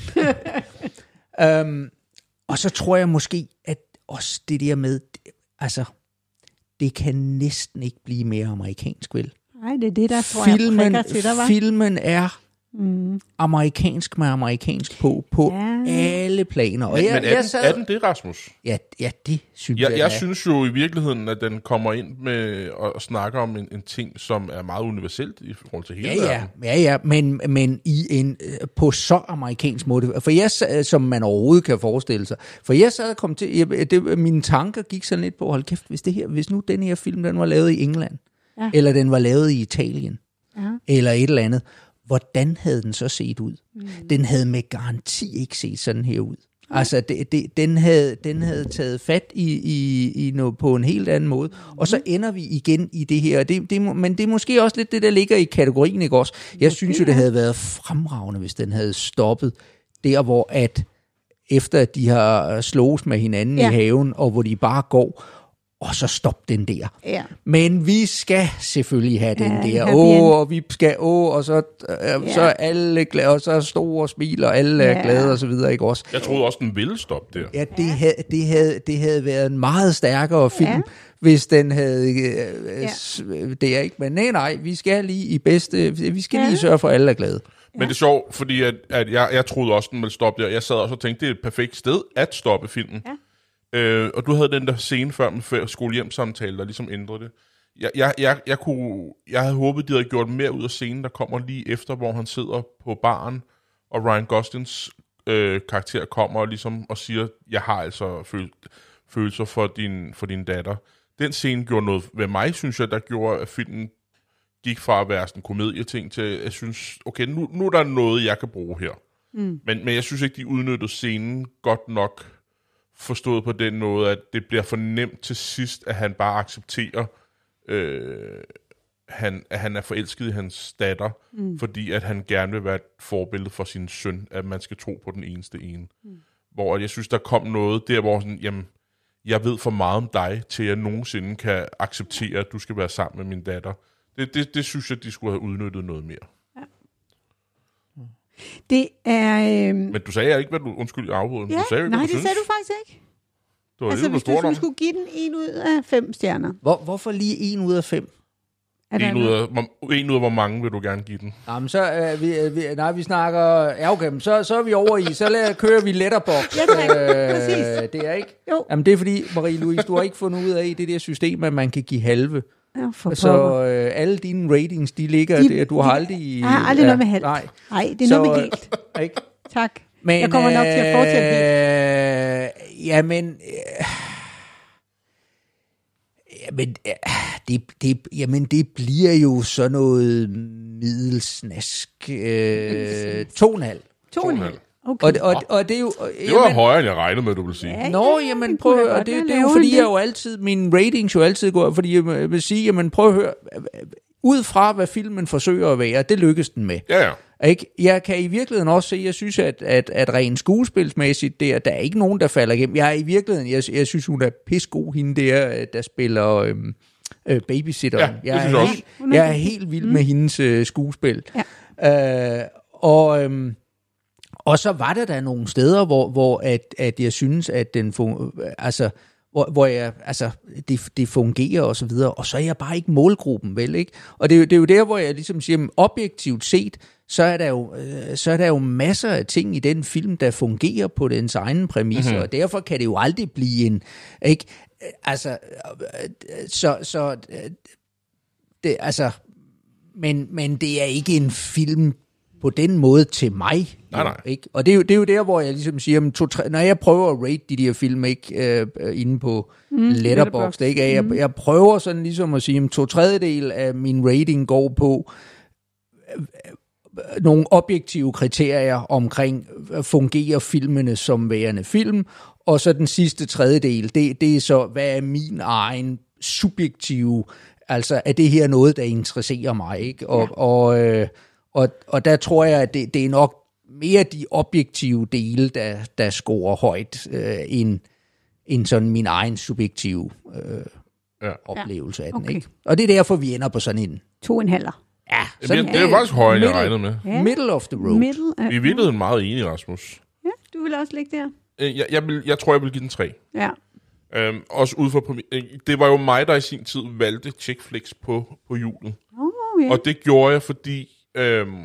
øhm, og så tror jeg måske, at også det der med... Altså, det kan næsten ikke blive mere amerikansk, vel? Nej, det er det, der tror filmen, jeg prikker til dig, var. Filmen er Mm. amerikansk med amerikansk på, på Ja. alle planer. Og Men, jeg, men er, jeg den, sad, er den det, Rasmus? Ja, ja, det synes Jeg, jeg, jeg er. synes jo i virkeligheden, at den kommer ind med at snakke om en, en ting, som er meget universelt i forhold til hele Ja, ja, verden. ja, ja, men, men i en, øh, på så amerikansk måde, for jeg sad, som man overhovedet kan forestille sig, for jeg sad og kom til, jeg, det, mine tanker gik sådan lidt på, hold kæft, hvis, det her, hvis nu den her film, den var lavet i England, Ja. eller den var lavet i Italien, Ja. eller et eller andet, hvordan havde den så set ud? Mm. Den havde med garanti ikke set sådan her ud. Mm. Altså, det, det, den, havde, den havde taget fat i, i, i noget på en helt anden måde, mm. og så ender vi igen i det her. Det, det, men det er måske også lidt det, der ligger i kategorien, ikke også? Jeg okay, synes jo, det havde været fremragende, hvis den havde stoppet der, hvor at efter at de har slås med hinanden ja. i haven, og hvor de bare går, og så stop den der. Ja. Men vi skal selvfølgelig have den Ja, der. happy Åh, end. og vi skal, åh, og så, øh, Ja. så er alle glade, og så er store smil, og alle er Ja. glade, og så videre, ikke også? Jeg troede også, den ville stoppe der. Ja, det havde, det havde, det havde været en meget stærkere film, Ja. hvis den havde, øh, s- det er ikke, men nej, nej, vi skal lige i bedste, vi skal Ja. lige sørge for, at alle er glade. Men det er sjovt, fordi at, at jeg, jeg troede også, den ville stoppe der. Jeg sad også og tænkte, det er et perfekt sted at stoppe filmen. Ja. Øh, og du havde den der scene før med skolehjemsamtale, der ligesom ændrede det. Jeg, jeg, jeg, jeg, kunne, jeg havde håbet, de havde gjort mere ud af scenen, der kommer lige efter, hvor han sidder på baren, og Ryan Goslings øh, karakter kommer og, ligesom, og siger, jeg har altså føl- følelser for din, for din datter. Den scene gjorde noget ved mig, synes jeg, der gjorde, at filmen gik fra at være sådan en komedieting til, jeg synes, okay, nu, nu er der noget, jeg kan bruge her. Mm. Men, men jeg synes ikke, de udnyttede scenen godt nok, forstået på den måde, at det bliver for nemt til sidst, at han bare accepterer, øh, han, at han er forelsket i hans datter, mm. fordi at han gerne vil være et forbillede for sin søn, at man skal tro på den eneste ene. Mm. Hvor jeg synes, der kom noget der, hvor sådan, jamen, jeg ved for meget om dig, til jeg nogensinde kan acceptere, at du skal være sammen med min datter. Det, det, det synes jeg, de skulle have udnyttet noget mere. Ja. Det er... Øhm... Men du sagde ikke, hvad du... Undskyld, jeg afbrød. Ja, du sagde ikke, nej, hvad det du sagde synes. du faktisk ikke. Det var altså, det, hvis du skulle, skulle give den en ud af fem stjerner. Hvor, hvorfor lige en ud af fem? En ud, af, hvor, en ud af hvor mange vil du gerne give den? Jamen, så øh, vi, øh, vi, nej, vi snakker... Ja, okay, så, så er vi over i. Så lad, kører vi Letterboxd. Ja, tak. Øh, Præcis. Det er ikke... Jo. Jamen, det er fordi, Marie-Louise, du har ikke fundet ud af i det der system, at man kan give halve. Ja, for så øh, alle dine ratings, de ligger de, der. Du har aldrig... Jeg har aldrig ja, noget med halvt. Nej, nej det er så, noget med helt. Ikke? Tak. Men, jeg kommer nok til at fortsætte helt. Øh, jamen... Øh, Jamen det, det, jamen, det bliver jo sådan noget middelsnask. Øh, to og en halv. To og en halv. Okay. Og, og, og det er jo... Det var jamen, højere, end jeg regnede med, du ville sige. Ja, Nå, ja, jamen prøv at det, det, det er jo fordi, jeg jo altid... Mine ratings jo altid går... Fordi jeg vil sige, jamen prøv at høre... Ud fra, hvad filmen forsøger at være, det lykkes den med. Ja, ja. Ikke? Jeg kan i virkeligheden også se, jeg synes, at, at, at rent skuespilsmæssigt, der, der er ikke nogen, der falder igennem. Jeg er i virkeligheden, jeg, jeg synes, hun er pissegod, hende der, der spiller øhm, øh, babysitteren. Ja, jeg, er helt, jeg er helt vild med mm. hendes øh, skuespil. Ja. Øh, og, øhm, og så var der da nogle steder, hvor, hvor at, at jeg synes, at den fun- altså hvor, hvor jeg, altså, det, det fungerer og så videre, og så er jeg bare ikke målgruppen, vel, ikke? Og det, det er jo der, hvor jeg ligesom siger, objektivt set, så er der jo, øh, så er der jo masser af ting i den film, der fungerer på dens egen præmisser, mm-hmm. og derfor kan det jo aldrig blive en, ikke? Altså, så, så det, altså, men, men det er ikke en film på den måde til mig. Nej, nej. Ikke? Og det er, jo, det er jo der, hvor jeg ligesom siger, to, tre, når jeg prøver at rate de der film ikke, øh, inde på mm, Letterboxd, ikke? Jeg, mm. jeg prøver sådan ligesom at sige, at to tredjedel af min rating går på øh, nogle objektive kriterier omkring, fungerer filmene som værende film, og så den sidste tredjedel, det, det er så, hvad er min egen subjektive, altså er det her noget, der interesserer mig, ikke? Og, ja. og øh, Og, og der tror jeg, at det, det er nok mere de objektive dele, der, der scorer højt, øh, end, end sådan min egen subjektive øh, ja. oplevelse af den. Okay. Ikke? Og det er derfor, vi ender på sådan en... To og en halver. Ja, sådan, det, det er jo faktisk højere, end jeg regnede med. Ja. Middle of the road. Middle af... Vi er virkelig meget enige, Rasmus. Ja, du vil også ligge der. Jeg, jeg, vil, jeg tror, jeg vil give den tre. Ja. Øhm, også ud fra... Det var jo mig, der i sin tid valgte chick flicks på, på julen. Oh, yeah. Og det gjorde jeg, fordi... Øhm,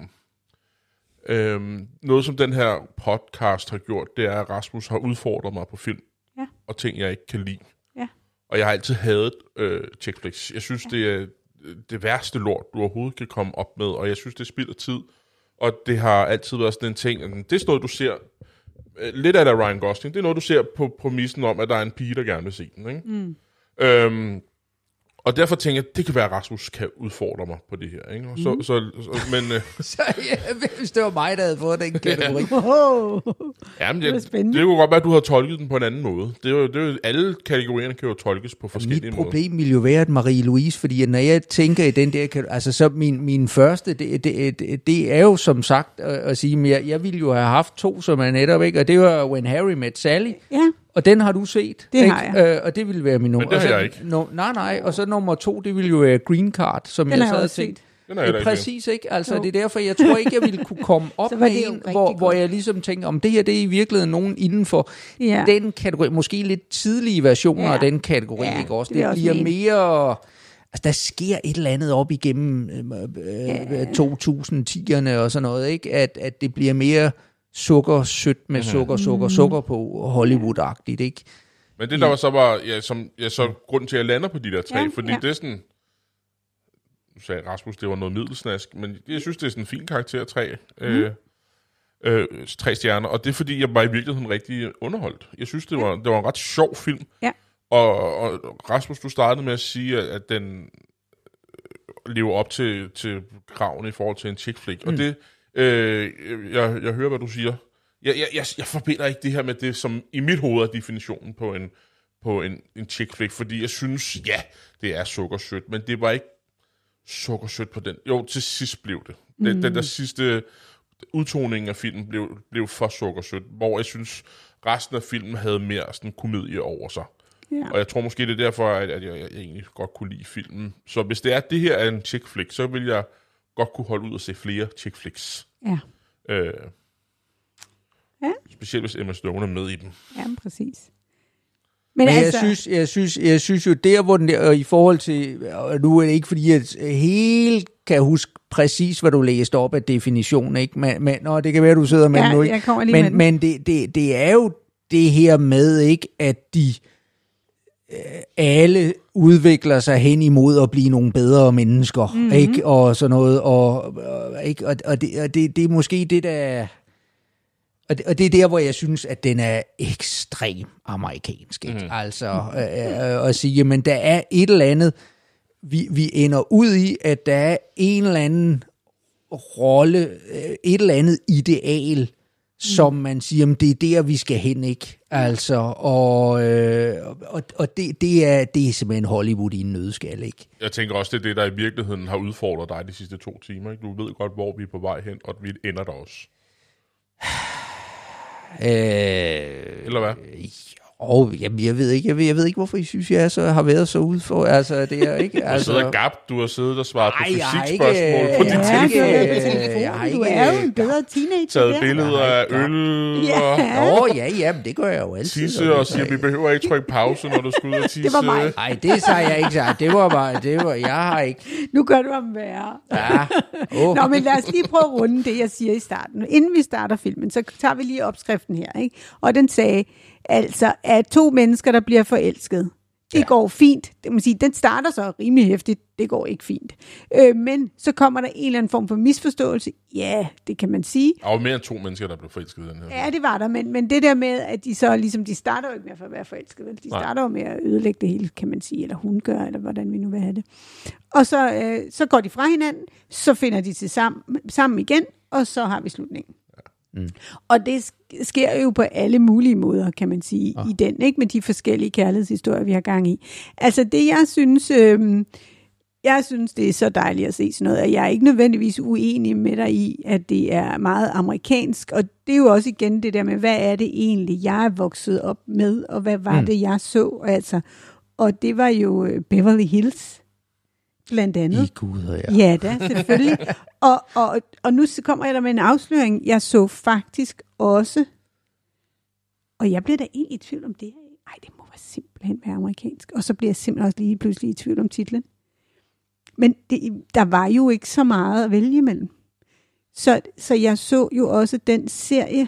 øhm, noget som den her podcast har gjort, det er, at Rasmus har udfordret mig på film, ja. og ting, jeg ikke kan lide. Ja. Og jeg har altid hadet øh, chick flicks. Jeg synes, ja. det er det værste lort, du overhovedet kan komme op med, og jeg synes, det spilder tid. Og det har altid været sådan en ting, det er noget, du ser, øh, lidt af det Ryan Gosling, det er noget, du ser på præmissen om, at der er en pige, der gerne vil se den. Ikke? Mm. Øhm, Og derfor tænker jeg, det kan være, at Rasmus kan udfordre mig på det her. Ikke? Og så, mm. så, så, men, øh, så ja, hvis det var mig, der havde fået den kategori. Ja. Oh, Jamen, det, det, det kunne godt være, at du havde tolket den på en anden måde. Det er jo, det er jo, alle kategorierne kan jo tolkes på forskellige måder. Mit problem ville jo være, at Marie-Louise, fordi når jeg tænker i den der, altså så min, min første, det, det, det, det er jo som sagt at, at sige, at jeg, jeg ville jo have haft to, som er netop, ikke? Og det var When Harry Met Sally. Ja. Og den har du set. Det ikke? har jeg. Øh, og det ville være min nummer. Men det har så, jeg ikke. No, nej, nej. Og så nummer to, det ville jo være Green Card, som den jeg sad og tænkt. Den er jeg det er præcis ikke. Altså, jo. det er derfor, jeg tror ikke, jeg ville kunne komme op med en, hvor, hvor jeg ligesom tænker, om det her, det er i virkeligheden nogen inden for ja. den kategori, måske lidt tidlige versioner ja. af den kategori, ja, ikke også? Det, det bliver også mere... Altså, der sker et eller andet op igennem øh, ja. to tusind tierne og sådan noget, ikke? At, at det bliver mere sukker, sødt med mm-hmm. sukker, sukker, sukker på Hollywood-agtigt, ikke? Men det der var så var, ja, som, ja, så grunden til, at jeg lander på de der tre, ja, fordi ja. det er sådan, nu sagde Rasmus, det var noget middelsnask, men jeg synes, det er sådan en fin karakter, tre, mm. øh, øh, tre stjerner, og det er fordi, jeg var i virkeligheden rigtig underholdt. Jeg synes, det var, det var en ret sjov film, ja. og, og Rasmus, du startede med at sige, at, at den lever op til, til kravene i forhold til en chick flick, mm. og det Øh, jeg, jeg hører, hvad du siger. Jeg, jeg, jeg, jeg forbinder ikke det her med det, som i mit hoved er definitionen på en, på en, en chick flick, fordi jeg synes, ja, det er sukkersødt, men det var ikke sukkersødt på den. Jo, til sidst blev det. Den, mm. den der sidste udtoning af filmen blev, blev for sukkersødt, hvor jeg synes, resten af filmen havde mere sådan komedie over sig. Yeah. Og jeg tror måske, det er derfor, at, at jeg, jeg egentlig godt kunne lide filmen. Så hvis det er, at det her er en chick flick, så vil jeg godt kunne holde ud og se flere chick flicks. Ja. Øh, ja. Specielt hvis Emma Stone er med i dem. Ja, præcis. Men, Men altså, jeg, synes, jeg, synes, jeg synes jo, der hvor den der, i forhold til, og nu er det ikke fordi, jeg helt kan huske præcis, hvad du læste op af definitionen, ikke? Men, men nå, det kan være, du sidder med ja, nu, ikke? Men, men det, det, det er jo det her med, ikke, at de øh, alle udvikler sig hen imod at blive nogle bedre mennesker, mm-hmm. ikke? Og sådan noget, og, og, ikke? og, og, det, og det, det er måske det, der... Og det, og det er der, hvor jeg synes, at den er ekstrem amerikansk. Ikke? Mm. Altså øh, øh, at sige, men der er et eller andet, vi, vi ender ud i, at der er en eller anden rolle, øh, et eller andet ideal, mm. som man siger, det er der, vi skal hen, ikke? Altså, og, øh, og, og det, det, er, det er simpelthen Hollywood i en nøddeskal, ikke? Jeg tænker også, det er det, der i virkeligheden har udfordret dig de sidste to timer. Ikke? Du ved godt, hvor vi er på vej hen, og vi ender der også. Øh, Eller hvad? Og jamen, jeg ved ikke, jeg ved, jeg ved ikke, hvorfor I synes, jeg så har været så ude for. Altså, det er ikke. Altså, du har siddet og gabt, du har siddet og svaret på fysikspørgsmål på din ja, telefon. Jeg har ikke, du er jo en bedre teenager. Taget billeder af øl. Ja. Nå, ja, ja, men det gør jeg jo altid. Tisse og siger, vi behøver ikke trykke pause, når du skal ud og tisse. Det var mig. Nej, det sagde jeg ikke sagt. Det var bare, det var, jeg har ikke. Nu gør du ham værre. Ja. Oh. Nå, men lad os lige prøve at runde det, jeg siger i starten. Inden vi starter filmen, så tager vi lige opskriften her, ikke? Og den sagde, altså, at to mennesker, der bliver forelsket. Det ja. går fint. Det må sige, den starter så rimelig hæftigt. Det går ikke fint. Øh, men så kommer der en eller anden form for misforståelse. Ja, det kan man sige. Der var mere end to mennesker, der blev forelsket i den her. Ja, det var der. Men, men det der med, at de så ligesom, de starter jo ikke med at være forelsket. De starter Nej. jo med at ødelægge det hele, kan man sige. Eller hun gør, eller hvordan vi nu vil have det. Og så, øh, så går de fra hinanden. Så finder de til sammen, sammen igen. Og så har vi slutningen. Mm. Og det sker jo på alle mulige måder, kan man sige, ah. i den, ikke, med de forskellige kærlighedshistorier, vi har gang i. Altså det, jeg synes, øh, jeg synes, det er så dejligt at se sådan noget, at jeg er ikke nødvendigvis uenig med dig i, at det er meget amerikansk, og det er jo også igen det der med, hvad er det egentlig, jeg er vokset op med, og hvad var mm. det, jeg så, altså, og det var jo Beverly Hills, blandt andet. I guder, ja. Ja, da, selvfølgelig. og, og, og nu kommer jeg der med en afsløring. Jeg så faktisk også, og jeg blev da egentlig i tvivl om det her. Ej, det må være simpelthen være amerikansk. Og så bliver jeg simpelthen også lige pludselig i tvivl om titlen. Men det, der var jo ikke så meget at vælge imellem. Så, så jeg så jo også den serie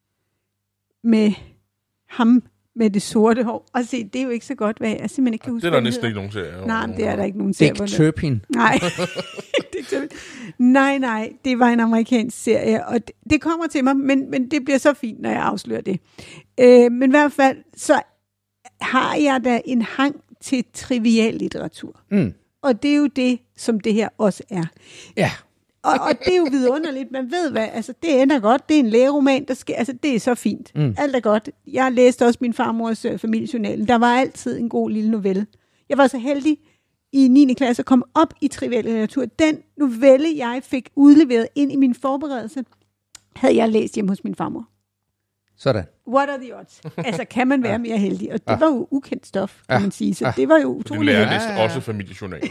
med ham, med det sorte hår. Og se, det er jo ikke så godt, hvad jeg simpelthen ikke kan huske. Det er der næsten ikke nogen serie. Nej, det er der ikke nogen serie. Dick Turpin. Nej. Dick Turpin. Nej, nej, det var en amerikansk serie, og det, det kommer til mig, men, men det bliver så fint, når jeg afslører det. Øh, men i hvert fald, så har jeg da en hang til trivial litteratur. Mm. Og det er jo det, som det her også er. Ja. Og, og det er jo vidunderligt, man ved hvad, altså det ender godt, det er en lægeroman, der sker, altså det er så fint, mm. alt er godt. Jeg læste også min farmors øh, familiejournal, der var altid en god lille novelle. Jeg var så heldig i niende klasse at komme op i trivial litteratur. Den novelle, jeg fik udleveret ind i min forberedelse, havde jeg læst hjemme hos min farmor. Sådan. What are the odds? Altså, kan man være ja. mere heldig? Og det ja. var jo ukendt stof, kan ja. man sige, så ja. det var jo utroligt. Du lærte ja. også familiejournalen.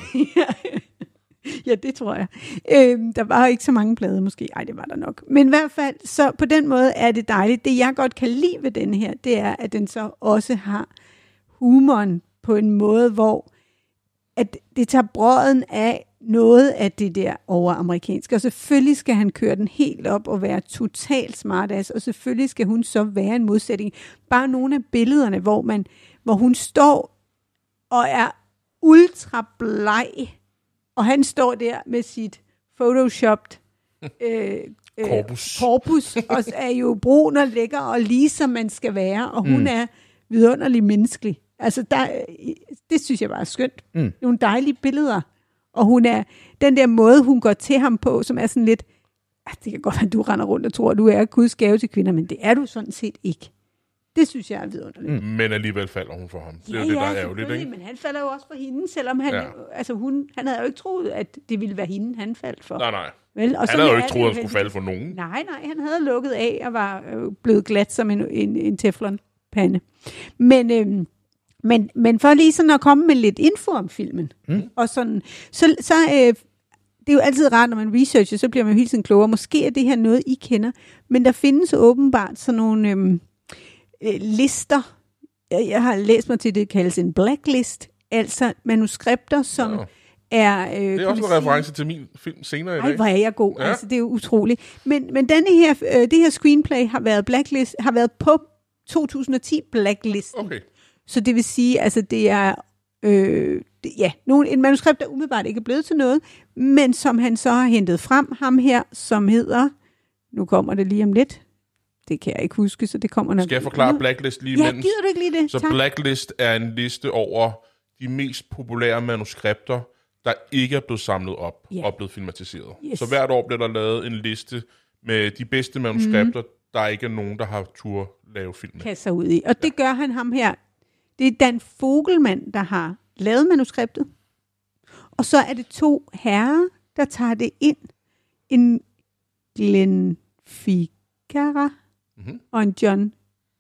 Ja, det tror jeg. Øhm, der var ikke så mange blade måske. Ej, det var der nok. Men i hvert fald, så på den måde er det dejligt. Det, jeg godt kan lide ved den her, det er, at den så også har humoren på en måde, hvor at det tager brøden af noget af det der overamerikanske. Og selvfølgelig skal han køre den helt op og være totalt smartass, og selvfølgelig skal hun så være en modsætning. Bare nogle af billederne, hvor, man, hvor hun står og er ultra bleg, og han står der med sit photoshopped øh, øh, korpus. korpus, og er jo brun og lækker og lige som man skal være, og hun mm. er vidunderlig menneskelig. Altså, der, det synes jeg bare er skønt. Mm. Nogle dejlige billeder. Og hun er, den der måde, hun går til ham på, som er sådan lidt, det kan godt være, at du render rundt og tror, at du er Guds gave til kvinder, men det er du sådan set ikke. Det synes jeg er vidunderligt. Mm. Men alligevel falder hun for ham. Det er ja, jo det, der ja, er ærgerligt, ikke? Men han falder jo også for hende, selvom han, ja. altså hun, han havde jo ikke troet, at det ville være hende, han faldt for. Nej, nej. Vel? Og han havde jo ikke troet, at han skulle falde for nogen. Nej, nej, han havde lukket af og var øh, blevet glat som en, en, en teflonpande. Men, øh, men, men for lige sådan at komme med lidt info om filmen, mm. og sådan, så, så øh, det er jo altid rart, når man researcher, så bliver man jo hele tiden klogere. Måske er det her noget, I kender, men der findes åbenbart sådan nogle øh, øh, lister. Jeg, jeg har læst mig til, det kaldes en blacklist, altså manuskripter, som ja. er... Øh, det er også en reference til min film senere i dag. Ej, hvor er jeg god. Ja. Altså, det er jo utroligt. Men, men denne her, øh, det her screenplay har været blacklist, har været på to tusind og ti blacklist. Okay. Så det vil sige, altså det er øh, det, ja, nogle, en manuskript, der umiddelbart ikke er blevet til noget, men som han så har hentet frem, ham her, som hedder, nu kommer det lige om lidt, det kan jeg ikke huske, så det kommer nok. Skal jeg forklare Blacklist lige ja, imens? Ja, gider du ikke lige det? Så tak. Blacklist er en liste over de mest populære manuskripter, der ikke er blevet samlet op yeah. og blevet filmatiseret. Yes. Så hvert år bliver der lavet en liste med de bedste manuskripter, mm. der ikke er nogen, der har tur lave film med. Kasser ud i. Og det ja. gør han ham her. Det er Dan Fogelmann, der har lavet manuskriptet. Og så er det to herrer, der tager det ind. En Glenn Ficarra mm-hmm. og en John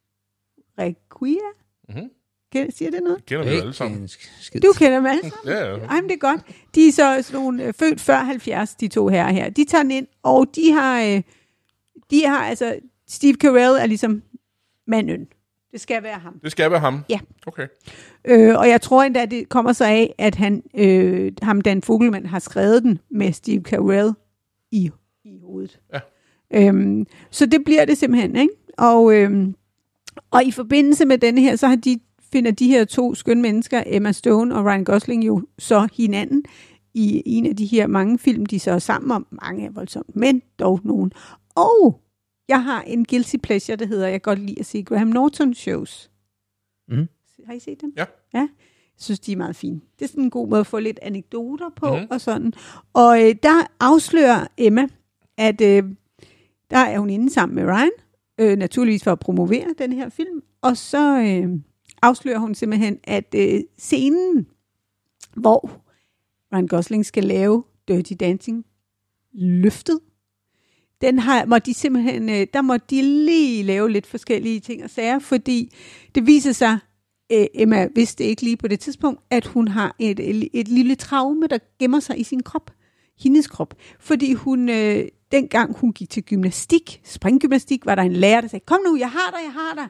Requia. Mm-hmm. Siger det noget? Kender vi alle sammen. Du kender dem alle sammen? ja, ja. Ej, men det er godt. De er så sådan nogle øh, født før halvfjerds, de to herrer her. De tager den ind, og de har, øh, de har altså, Steve Carell er ligesom manden. Det skal være ham. Det skal være ham? Ja. Okay. Øh, og jeg tror endda, det kommer så af, at han, øh, ham Dan Fogelmann har skrevet den med Steve Carell i, i hovedet. Ja. Øhm, så det bliver det simpelthen, ikke? Og, øhm, og i forbindelse med denne her, så har de, finder de her to skønne mennesker, Emma Stone og Ryan Gosling, jo så hinanden i en af de her mange film, de så er sammen om. Mange er voldsomt, men dog nogen. Og jeg har en guilty pleasure, der hedder, jeg godt lide at se Graham Norton shows. Mm. Har I set dem? Ja. Ja. Jeg synes, de er meget fine. Det er sådan en god måde at få lidt anekdoter på, mm. og sådan. Og øh, der afslører Emma, at øh, der er hun inde sammen med Ryan, øh, naturligvis for at promovere den her film, og så øh, afslører hun simpelthen, at øh, scenen, hvor Ryan Gosling skal lave Dirty Dancing, løftet, den har, må de simpelthen, øh, der må de lige lave lidt forskellige ting og sager, fordi det viser sig, øh, Emma vidste ikke lige på det tidspunkt, at hun har et, et, et lille traume, der gemmer sig i sin krop, hendes krop, fordi hun, øh, dengang hun gik til gymnastik, springgymnastik, var der en lærer, der sagde, kom nu, jeg har dig, jeg har dig.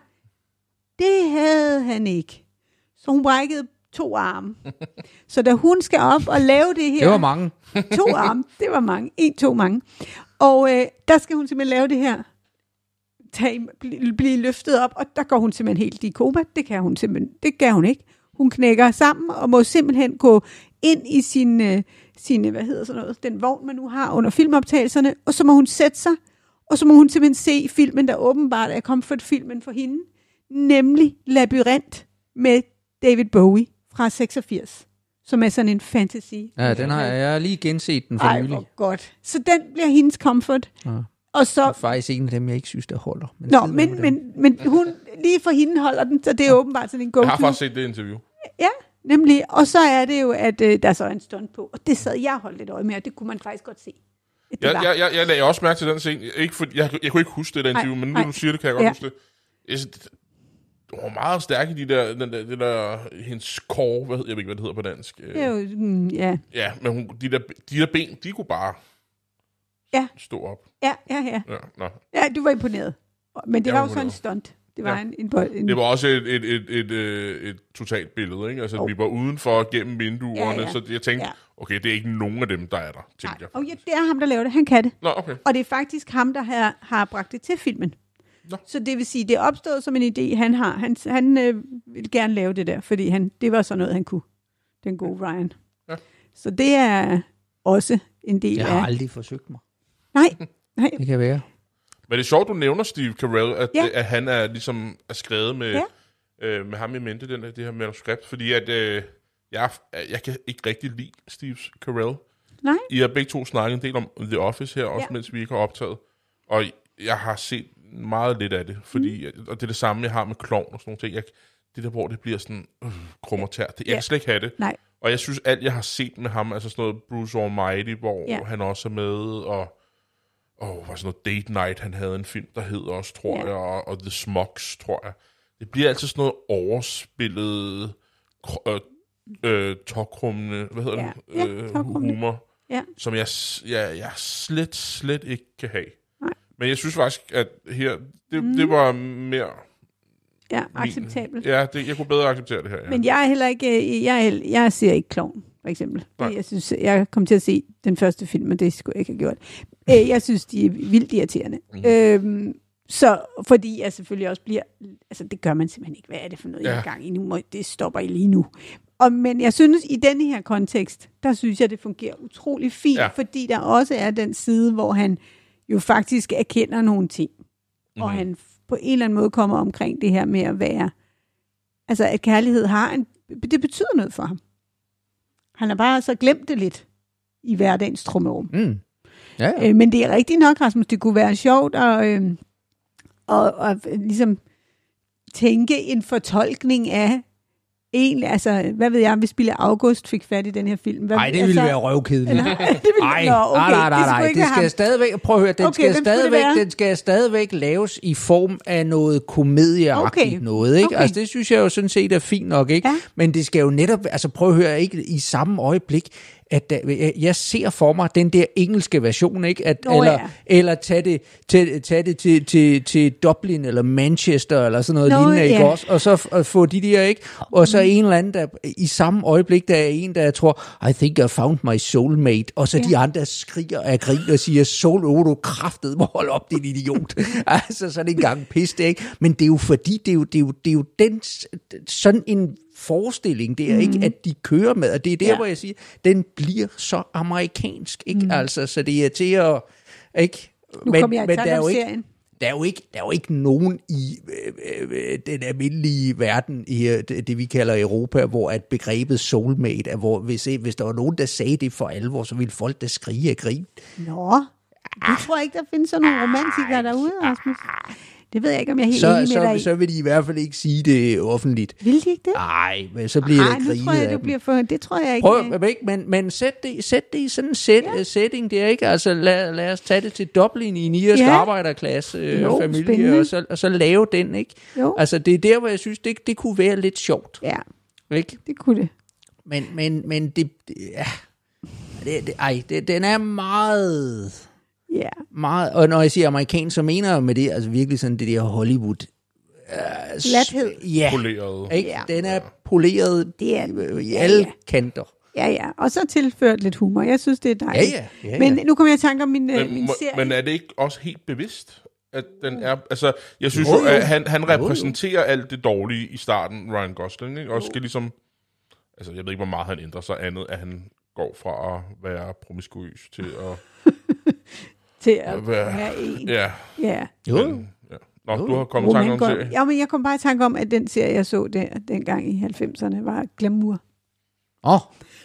Det havde han ikke. Så hun brækkede to arme. Så da hun skal op og lave det her... Det var mange. to arme, det var mange. En, to, mange. Og øh, der skal hun simpelthen lave det her. Tage, blive, blive løftet op, og der går hun simpelthen helt i koma. Det kan hun simpelthen, det kan hun ikke. Hun knækker sammen og må simpelthen gå ind i sin, øh, sin, hvad hedder sådan noget, den vogn, man nu har under filmoptagelserne, og så må hun sætte sig, og så må hun simpelthen se filmen, der åbenbart er comfort-filmen for hende, nemlig Labyrint med David Bowie fra seksogfirs, som er sådan en fantasy. Ja, den har jeg, jeg har lige genset den for Ej, nylig. hvor godt. Så den bliver hendes comfort. Ja. Og så... Det er faktisk en af dem, jeg ikke synes, der holder. Men Nå, men, men, men hun, lige for hende holder den, så det er ja. åbenbart sådan en go-to. Jeg har faktisk set det interview. Ja, nemlig. Og så er det jo, at øh, der er så en stunt på. Og det sad jeg holdt lidt øje med, og det kunne man faktisk godt se. Jeg, jeg, jeg, jeg lagde også mærke til den scene. Ikke for, jeg, jeg kunne ikke huske det, der interview, men nu ej. Du siger det, kan jeg godt ja. huske det. Jeg synes, det var meget stærk i de der, den der, det der, hendes core, hvad, jeg ved ikke, hvad det hedder på dansk. Det er jo, mm, ja. Ja, men hun, de, der, de der ben, de kunne bare ja. stå op. Ja, ja, ja. Ja, nå. Ja, du var imponeret. Men det jeg var jo sådan en stunt. Det var ja. en, en, en... Det var også et, et, et, et, et, et totalt billede, ikke? Altså, oh. vi var udenfor gennem vinduerne, ja, ja. Så jeg tænkte, ja. okay, det er ikke nogen af dem, der er der, tænkte jeg. Og ja, det er ham, der laver det. Han kan det. Nå, okay. Og det er faktisk ham, der har, har bragt det til filmen. Nå. Så det vil sige, det er opstået som en idé, han har. Han, han øh, vil gerne lave det der, fordi han, det var sådan noget, han kunne. Den gode Ryan. Ja. Så det er også en del af... Jeg har af... aldrig forsøgt mig. Nej, nej. Det kan være. Men det er sjovt, du nævner Steve Carell, at, ja. at han er ligesom er skrevet med, ja. øh, med ham i mente, den, det her manuskript, fordi at, øh, jeg, jeg kan ikke rigtig lide Steve Carell. Nej. I har begge to snakket en del om The Office her, også Ja. mens vi ikke har optaget. Og jeg har set meget lidt af det, fordi, mm. og det er det samme, jeg har med Klovn og sådan nogle ting. Jeg, det der, hvor det bliver sådan øh, krum og tær. Det, jeg Ja. kan slet ikke have det. Nej. Og jeg synes, alt jeg har set med ham, altså sådan noget Bruce Almighty, hvor Ja. han også er med, og og var sådan noget Date Night, han havde en film, der hed også, tror Ja. jeg, og, og The Smugs, tror jeg. Det bliver altid sådan noget overspillet, øh, øh, tokrummende, hvad hedder Ja. det, Ja, øh, tokrummende. humor, Ja. som jeg, s- jeg, jeg slet, slet ikke kan have. Nej. Men jeg synes faktisk, at her, det, mm. det var mere... Ja, min- acceptabelt. Ja, det, jeg kunne bedre acceptere det her. Ja. Men jeg er heller ikke, øh, jeg, er, heller- jeg ser ikke Klovn, for eksempel. Nej. Jeg synes, jeg kom til at se den første film, men det skulle jeg ikke have gjort. Øh, Jeg synes, de er vildt irriterende. Mm. Øhm, så, fordi jeg selvfølgelig også bliver, altså det gør man simpelthen ikke. Hvad er det for noget, Ja. jeg er i gang i nu? Må- Det stopper I lige nu. Og, men jeg synes, i denne her kontekst, der synes jeg, det fungerer utrolig fint, Ja. ja. fordi der også er den side, hvor han jo faktisk erkender nogle ting. Mm. Og Mhm. han på en eller anden måde kommer omkring det her med at være, altså at kærlighed har en, det betyder noget for ham. Han har bare så glemt det lidt i hverdagens trummerum. Mm. Ja, ja. Øh, men det er rigtigt nok, Rasmus, det kunne være sjovt at, øh, at, at, at ligesom tænke en fortolkning af en, altså, hvad ved jeg, hvis Bille August fik fat i den her film. Hvad, Nej, det altså, ville være røvkedeligt. Nej, det ville, Nej, Nå, okay, nej, nej, nej, det skulle nej. ikke Det være skal ham. stadigvæk, prøv at høre, den, Okay, skal hvem skulle det stadigvæk, være? den skal stadigvæk laves i form af noget komedieagtigt Okay, noget, ikke? okay. Altså, det synes jeg jo sådan set er fint nok, ikke? Ja. Men det skal jo netop, altså prøv at høre, ikke i samme øjeblik, at der, jeg- jeg ser for mig den der engelske version, ikke? At, Nå, eller, ja. eller tage det, tage, tage det til, til, til Dublin eller Manchester eller sådan noget Nå, lignende, ikke ja. også? Og så f- få de der, ikke? Og så en eller anden, der i samme øjeblik, der er en, der tror, I think I found my soulmate, og så Ja. de andre skriger af grin og siger, soul, oh, du kraftede mig, hold op, din idiot. Altså, så er det en gang pis, det, ikke? Men det er jo fordi, det er jo, det er jo, det er jo den, sådan en forestilling der, mm. ikke, at de kører med, og det er der, Ja. ja. hvor jeg siger, den bliver så amerikansk, ikke? Mm. Altså, så det er til at, ikke? Nu men, kommer jeg i men tanke der er om jo ikke, serien. der er jo ikke, der er jo ikke nogen i øh, øh, den almindelige verden, i øh, det, det vi kalder Europa, hvor at begrebet soulmate er, hvor hvis, hvis der var nogen, der sagde det for alvor, så ville folk da skrige af grin. Nå, du tror ikke, der findes sådan nogle romantikere derude, Rasmus? Det ved jeg ikke, om jeg er helt Så, enig med dig så, i. så vil de i hvert fald ikke sige det offentligt. Vil de ikke det? Nej, men så bliver Ej, det nu grinet tror jeg, af du dem. bliver for... Det tror jeg ikke. Prøv, men, ikke, men, men sæt, det, sæt det i sådan en set, ja. setting der, ikke? Altså lad, lad os tage det til Dublin i en irsk Ja. arbejderklasse øh, Jo, familie, spændende. og så, og så lave den, ikke? Jo. Altså det er der, hvor jeg synes, det, det kunne være lidt sjovt, Ja, ikke? det kunne det. Men, men, men det, det, ja, det, det, ej, det, den er meget, Ja. meget, og når jeg siger amerikansk, så mener jeg med det, altså virkelig sådan det der Hollywood. Øh, s- Glathed. Ja, Poleret. ikke? Ja. Den er poleret Det er i, i ja, alle ja. kanter. Ja, ja. Og så tilført lidt humor. Jeg synes, det er dejligt. Ja, ja, ja, ja. Men nu kommer jeg i tanke om min, øh, Men, min må, serie. men er det ikke også helt bevidst, at den er... Altså, jeg synes Jo, jo, jo. at han, han Jo, jo. repræsenterer alt det dårlige i starten, Ryan Gosling, ikke? Og skal ligesom... Altså, jeg ved ikke, hvor meget han ændrer sig andet, at han går fra at være promiskuøs til at... til at Hvad- have en. Ja. Ja. Jo, Men, ja. Nå, Jo. du har kommet i tanke om Roman serie. Gold. Ja, men jeg kom bare i tanke om, at den serie, jeg så der, dengang i halvfemserne, var Glamour. Åh,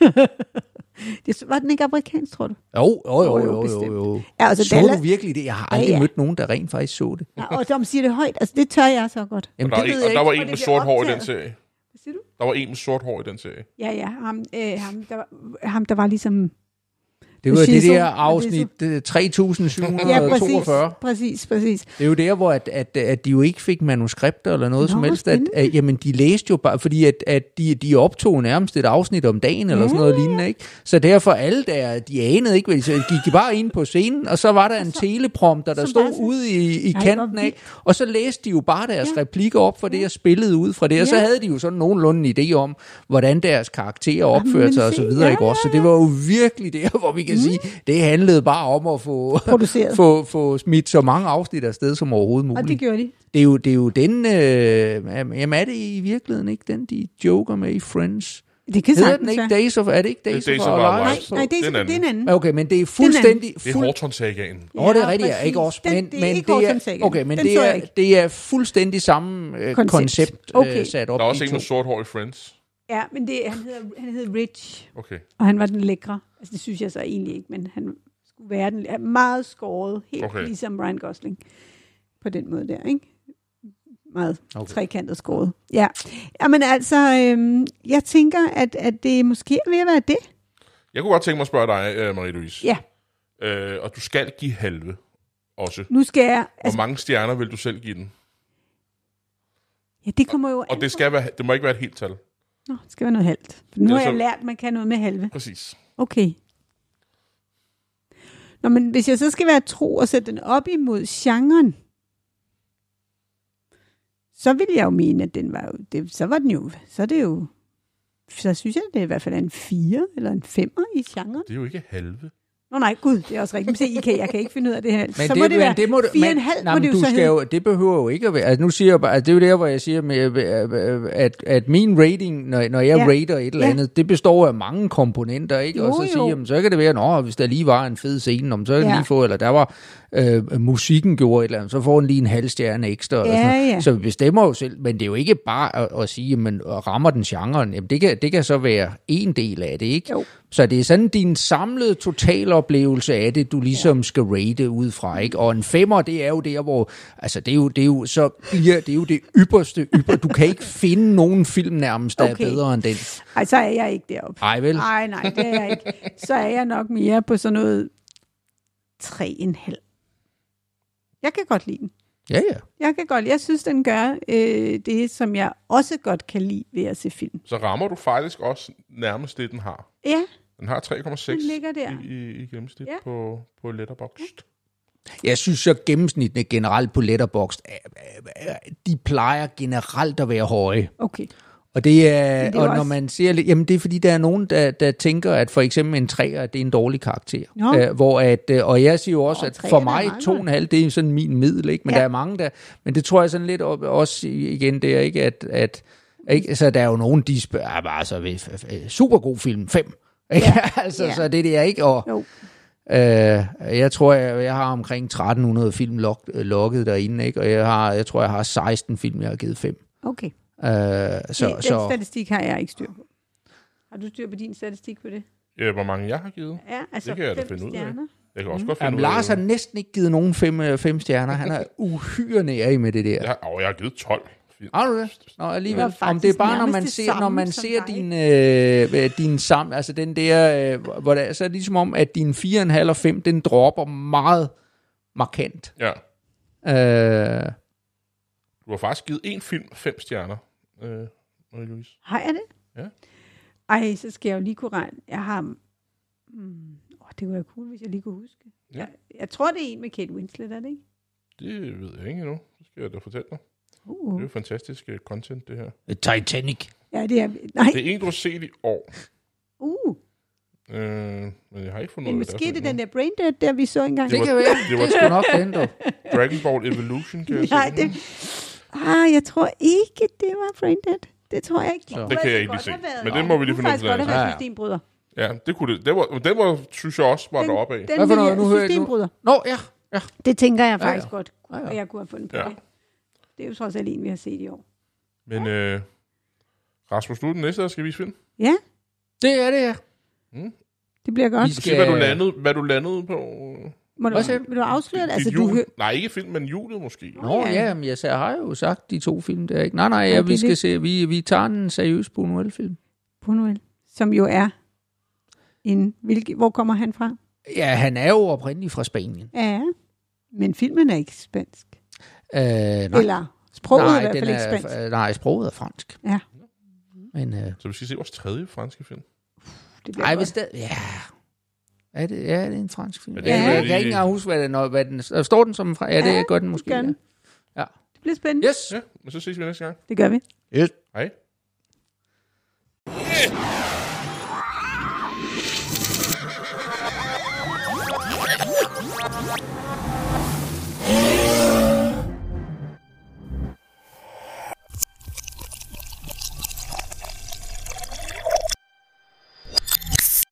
Det, var den ikke amerikansk, tror du? jo, jo, jo, Jo, jo, jo, jo, bestemt. jo. Ja, altså, Så Dallas- du virkelig det? Jeg har Ja, aldrig ja. mødt nogen, der rent faktisk så det. Ja, og de siger det højt. Altså, det tør jeg så godt. Jamen, Og der, det er ved en, jeg og der var ikke. en Og med det sort bliver hår i den optaget. serie. Hvad siger du? Der var en med sort hår i den serie. Ja, ja. Ham, øh, ham, der, var, ham, der var ligesom... Det var det Shizu. der afsnit øh, tre tusind syv hundrede Ja, præcis. toogfyrre. Præcis, præcis. Det er jo der, hvor at, at, at de jo ikke fik manuskripter eller noget Nå, som helst. At, spændende. at, jamen, de læste jo bare, fordi at, at de, de optog nærmest et afsnit om dagen, eller Ja, sådan noget lignende, ikke? Så derfor alle der, de anede ikke, hvad de så gik de bare ind på scenen, og så var der en teleprompter, der Som stod bare så- ude i, i Ej, kanten hvor af, og så læste de jo bare deres Ja. replikker op for det, og spillede ud fra det, og så Ja. havde de jo sådan nogenlunde en idé om, hvordan deres karakterer opførte sig, og så se, videre, ja, ikke også? Så ja, det var jo virkelig der, hvor vi kan mm. sige, det handlede bare om at få, Produceret. få, få smidt så mange afsnit afsted som overhovedet muligt. Og det gjorde de. Det er jo, det er jo den, øh, jamen er det i virkeligheden ikke den, de joker med i Friends? Det kan Hedder sagtens den ikke være. Days of, er det ikke Days, Det er Days of of Our Our Lives? Lives. Nej, det er, Den anden. det er en anden. Okay, men det er fuldstændig... Det er fuld- Horton-sagaen. Åh, oh, det er Ja, rigtigt, ja, præcis. ikke også? Den- Men, det er men ikke det er, Horton-sagaen. okay, men Den det så jeg er, ikke. det er fuldstændig samme øh, Koncept. koncept, Okay. øh, sat op Der er også i en med to. sort hår i Friends. Ja, men det, han, hedder, han hedder Rich, Okay. og han var den lækre. Altså, det synes jeg så egentlig ikke, men han skulle være den er meget skåret, helt Okay. okay. ligesom Ryan Gosling. På den måde der, ikke? Meget okay. Trekantet skåret. Ja, jamen altså, øhm, jeg tænker, at, at det måske er ved at være det. Jeg kunne godt tænke mig at spørge dig, Marie-Louise. Ja. Øh, og du skal give halve også. Nu skal jeg... Hvor Altså, mange stjerner vil du selv give den? ja, det kommer jo Og det, skal være, det må ikke være et helt tal. Nå, det skal være noget halvt. For nu Det er har jeg så- lært, at man kan noget med halve. Præcis. Okay. Nå, men hvis jeg så skal være tro og sætte den op imod genren, så vil jeg jo mene, at den var jo, det, så var den jo, så er det jo, så synes jeg, det er i hvert fald en fire eller en femmer i genren. Det er jo ikke halve. Nå nej, gud, det er også rigtigt. Se, I kan, jeg kan ikke finde ud af det her. Men så det, må det men være det må du, fire og men, en halv, nej, må men det jo du så skal hedde. jo, det behøver jo ikke at være. Altså nu siger jeg bare, at det er jo der, hvor jeg siger, med, at, at min rating, når, når jeg Ja. rater et eller Ja. andet, det består af mange komponenter, ikke? Jo, Og så jo. sige, jamen, så kan det være, nå, hvis der lige var en fed scene, om så kan Ja. ja. lige få, eller der var øh, musikken gjorde et eller andet, så får den lige en halv stjerne ekstra. og Ja, sådan noget. ja. Så vi bestemmer jo selv, men det er jo ikke bare at, at sige, men rammer den genren. Jamen, det kan, det kan så være en del af det, ikke? Jo. Så det er sådan din samlede totaloplevelse af det, du ligesom ja. skal rate ud fra, ikke? Og en femmer, det er jo der, hvor, altså det er jo, det er jo, så bliver, det er jo det ypperste ypper. Du kan ikke finde nogen film nærmest, der Okay. er bedre end den. Ej, så er jeg ikke deroppe. Ej, vel? Nej, nej, det er jeg ikke. Så er jeg nok mere på sådan noget tre og en halv. Jeg kan godt lide den. Ja, ja. Jeg kan godt, jeg synes, den gør øh, det, som jeg også godt kan lide ved at se film. Så rammer du faktisk også nærmest det, den har. Ja, Den har tre komma seks Den ligger der. i, i, i gennemsnit Ja. på, på Letterboxd. Jeg synes så gennemsnittene generelt på Letterboxd, de plejer generelt at være høje. okay. Og det er, Men det er og også- når man ser lidt, jamen det er fordi der er nogen der, der tænker at for eksempel en treer, at det er en dårlig karakter. Nå. Øh, hvor at øh, og jeg siger jo også Nå, at treer for er da mig meget to og en halv, det er sådan min middel, ikke? Men Ja. der er mange der, men det tror jeg sådan lidt op, også igen det er ikke at at ikke, så der er jo nogen de spørger, ah, altså ved- super god film fem. Ikke? Ja. altså Ja. så det er det ikke og Jo. Øh, jeg tror, jeg, jeg har omkring tretten hundrede film log, logget derinde, ikke? Og jeg har, jeg tror, jeg har seksten film, jeg har givet fem. Okay. Øh, Så, så, den så statistik har jeg ikke styr på. Har du styr på din statistik på det? Ja, hvor mange jeg har givet? Ja, altså Det kan jeg da fem finde ud af. stjerner. Jeg kan også godt finde jamen, ud af Lars har det. næsten ikke givet nogen fem, øh, fem stjerner. Han er uhyre nærig med det der. Jeg har, åh, jeg har givet tolv. Har du det? Nå, alligevel. Det var Om det er bare, når faktisk man nærmest det ser, når samme man som ser dig. din, øh, din sam, altså den der, øh, hvor der, så er det ligesom om, at din fire komma fem og fem, den dropper meget markant. Ja. Øh, Du har faktisk givet en film fem stjerner, øh, Marie-Louise. Har jeg det? Ja. Ej, så skal jeg jo lige kunne regne. Jeg har... Hmm, åh, det kunne være cool, hvis jeg lige kunne huske. Ja. Jeg, jeg tror, det er en med Kate Winslet, er det ikke? Det ved jeg ikke endnu. Det skal jeg da fortælle dig. Uh. Det er jo fantastisk uh, content, det her. Titanic. Ja, det er... Nej. Det er en, du har set i år. Uh. Øh, men jeg har ikke fundet Men ud af, måske hvad det er er den der Braindead, der vi så engang. Det var- kan være. det var- Det er sgu nok den, dog. Dragon Ball Evolution, kan jeg Nej, se. det... Ah, jeg tror ikke, det var Braindead. Det tror jeg ikke. Så. kunne Det kan altså jeg ikke godt se. have været- Men det Åh, må vi lige kunne finde ud faktisk af. godt have Ja, været ja. systembryder. Ja, det kunne det. Det var, den var, synes jeg også, var deroppe af. Den Hvad for vil noget? jeg- Nu hører jeg- nu- Systembryder. Nå, ja. ja. Det tænker jeg Ja, ja. faktisk godt, Ja, ja. at jeg kunne have fundet på Ja. det. Det er jo trods alt en, vi har set i år. Men øh, Rasmus, du er den næste, der skal vise film. Ja, Det er det, ja. det bliver godt. Vi Skal... Sig, hvad du Skal- landede, hvad du landede på. Må du, Hvad siger du? vil du afsløre det? Dit Altså, du jul. hø- Nej, ikke film, men julet måske. Nå ja. ja, men jeg, jeg har jo sagt de to film der, ikke? Nej, nej, Ja, ja, det vi er skal det. se, vi, vi tager en seriøs Buñuel-film. Buñuel, som jo er en... Hvilke, hvor kommer han fra? Ja, han er jo oprindeligt fra Spanien. Ja, men filmen er ikke spansk. Øh, nej, Eller sproget er i nej, hvert den fald ikke spansk. er, øh, nej, sproget er fransk. Ja. Men, øh, Så vi skal se vores tredje franske film. Det bliver ej, godt. hvis det, ja... Er det, ja, det er en fransk film. Ja, Ja, det jeg, kan jeg, være jeg kan lige- ikke engang huske, hvad den, hvad den står den som fra. Ja, det Ja, gør den måske. gør den. Ja. Det bliver spændende. Yes. Ja, men så ses vi næste gang. Det gør vi. Yes. Hej.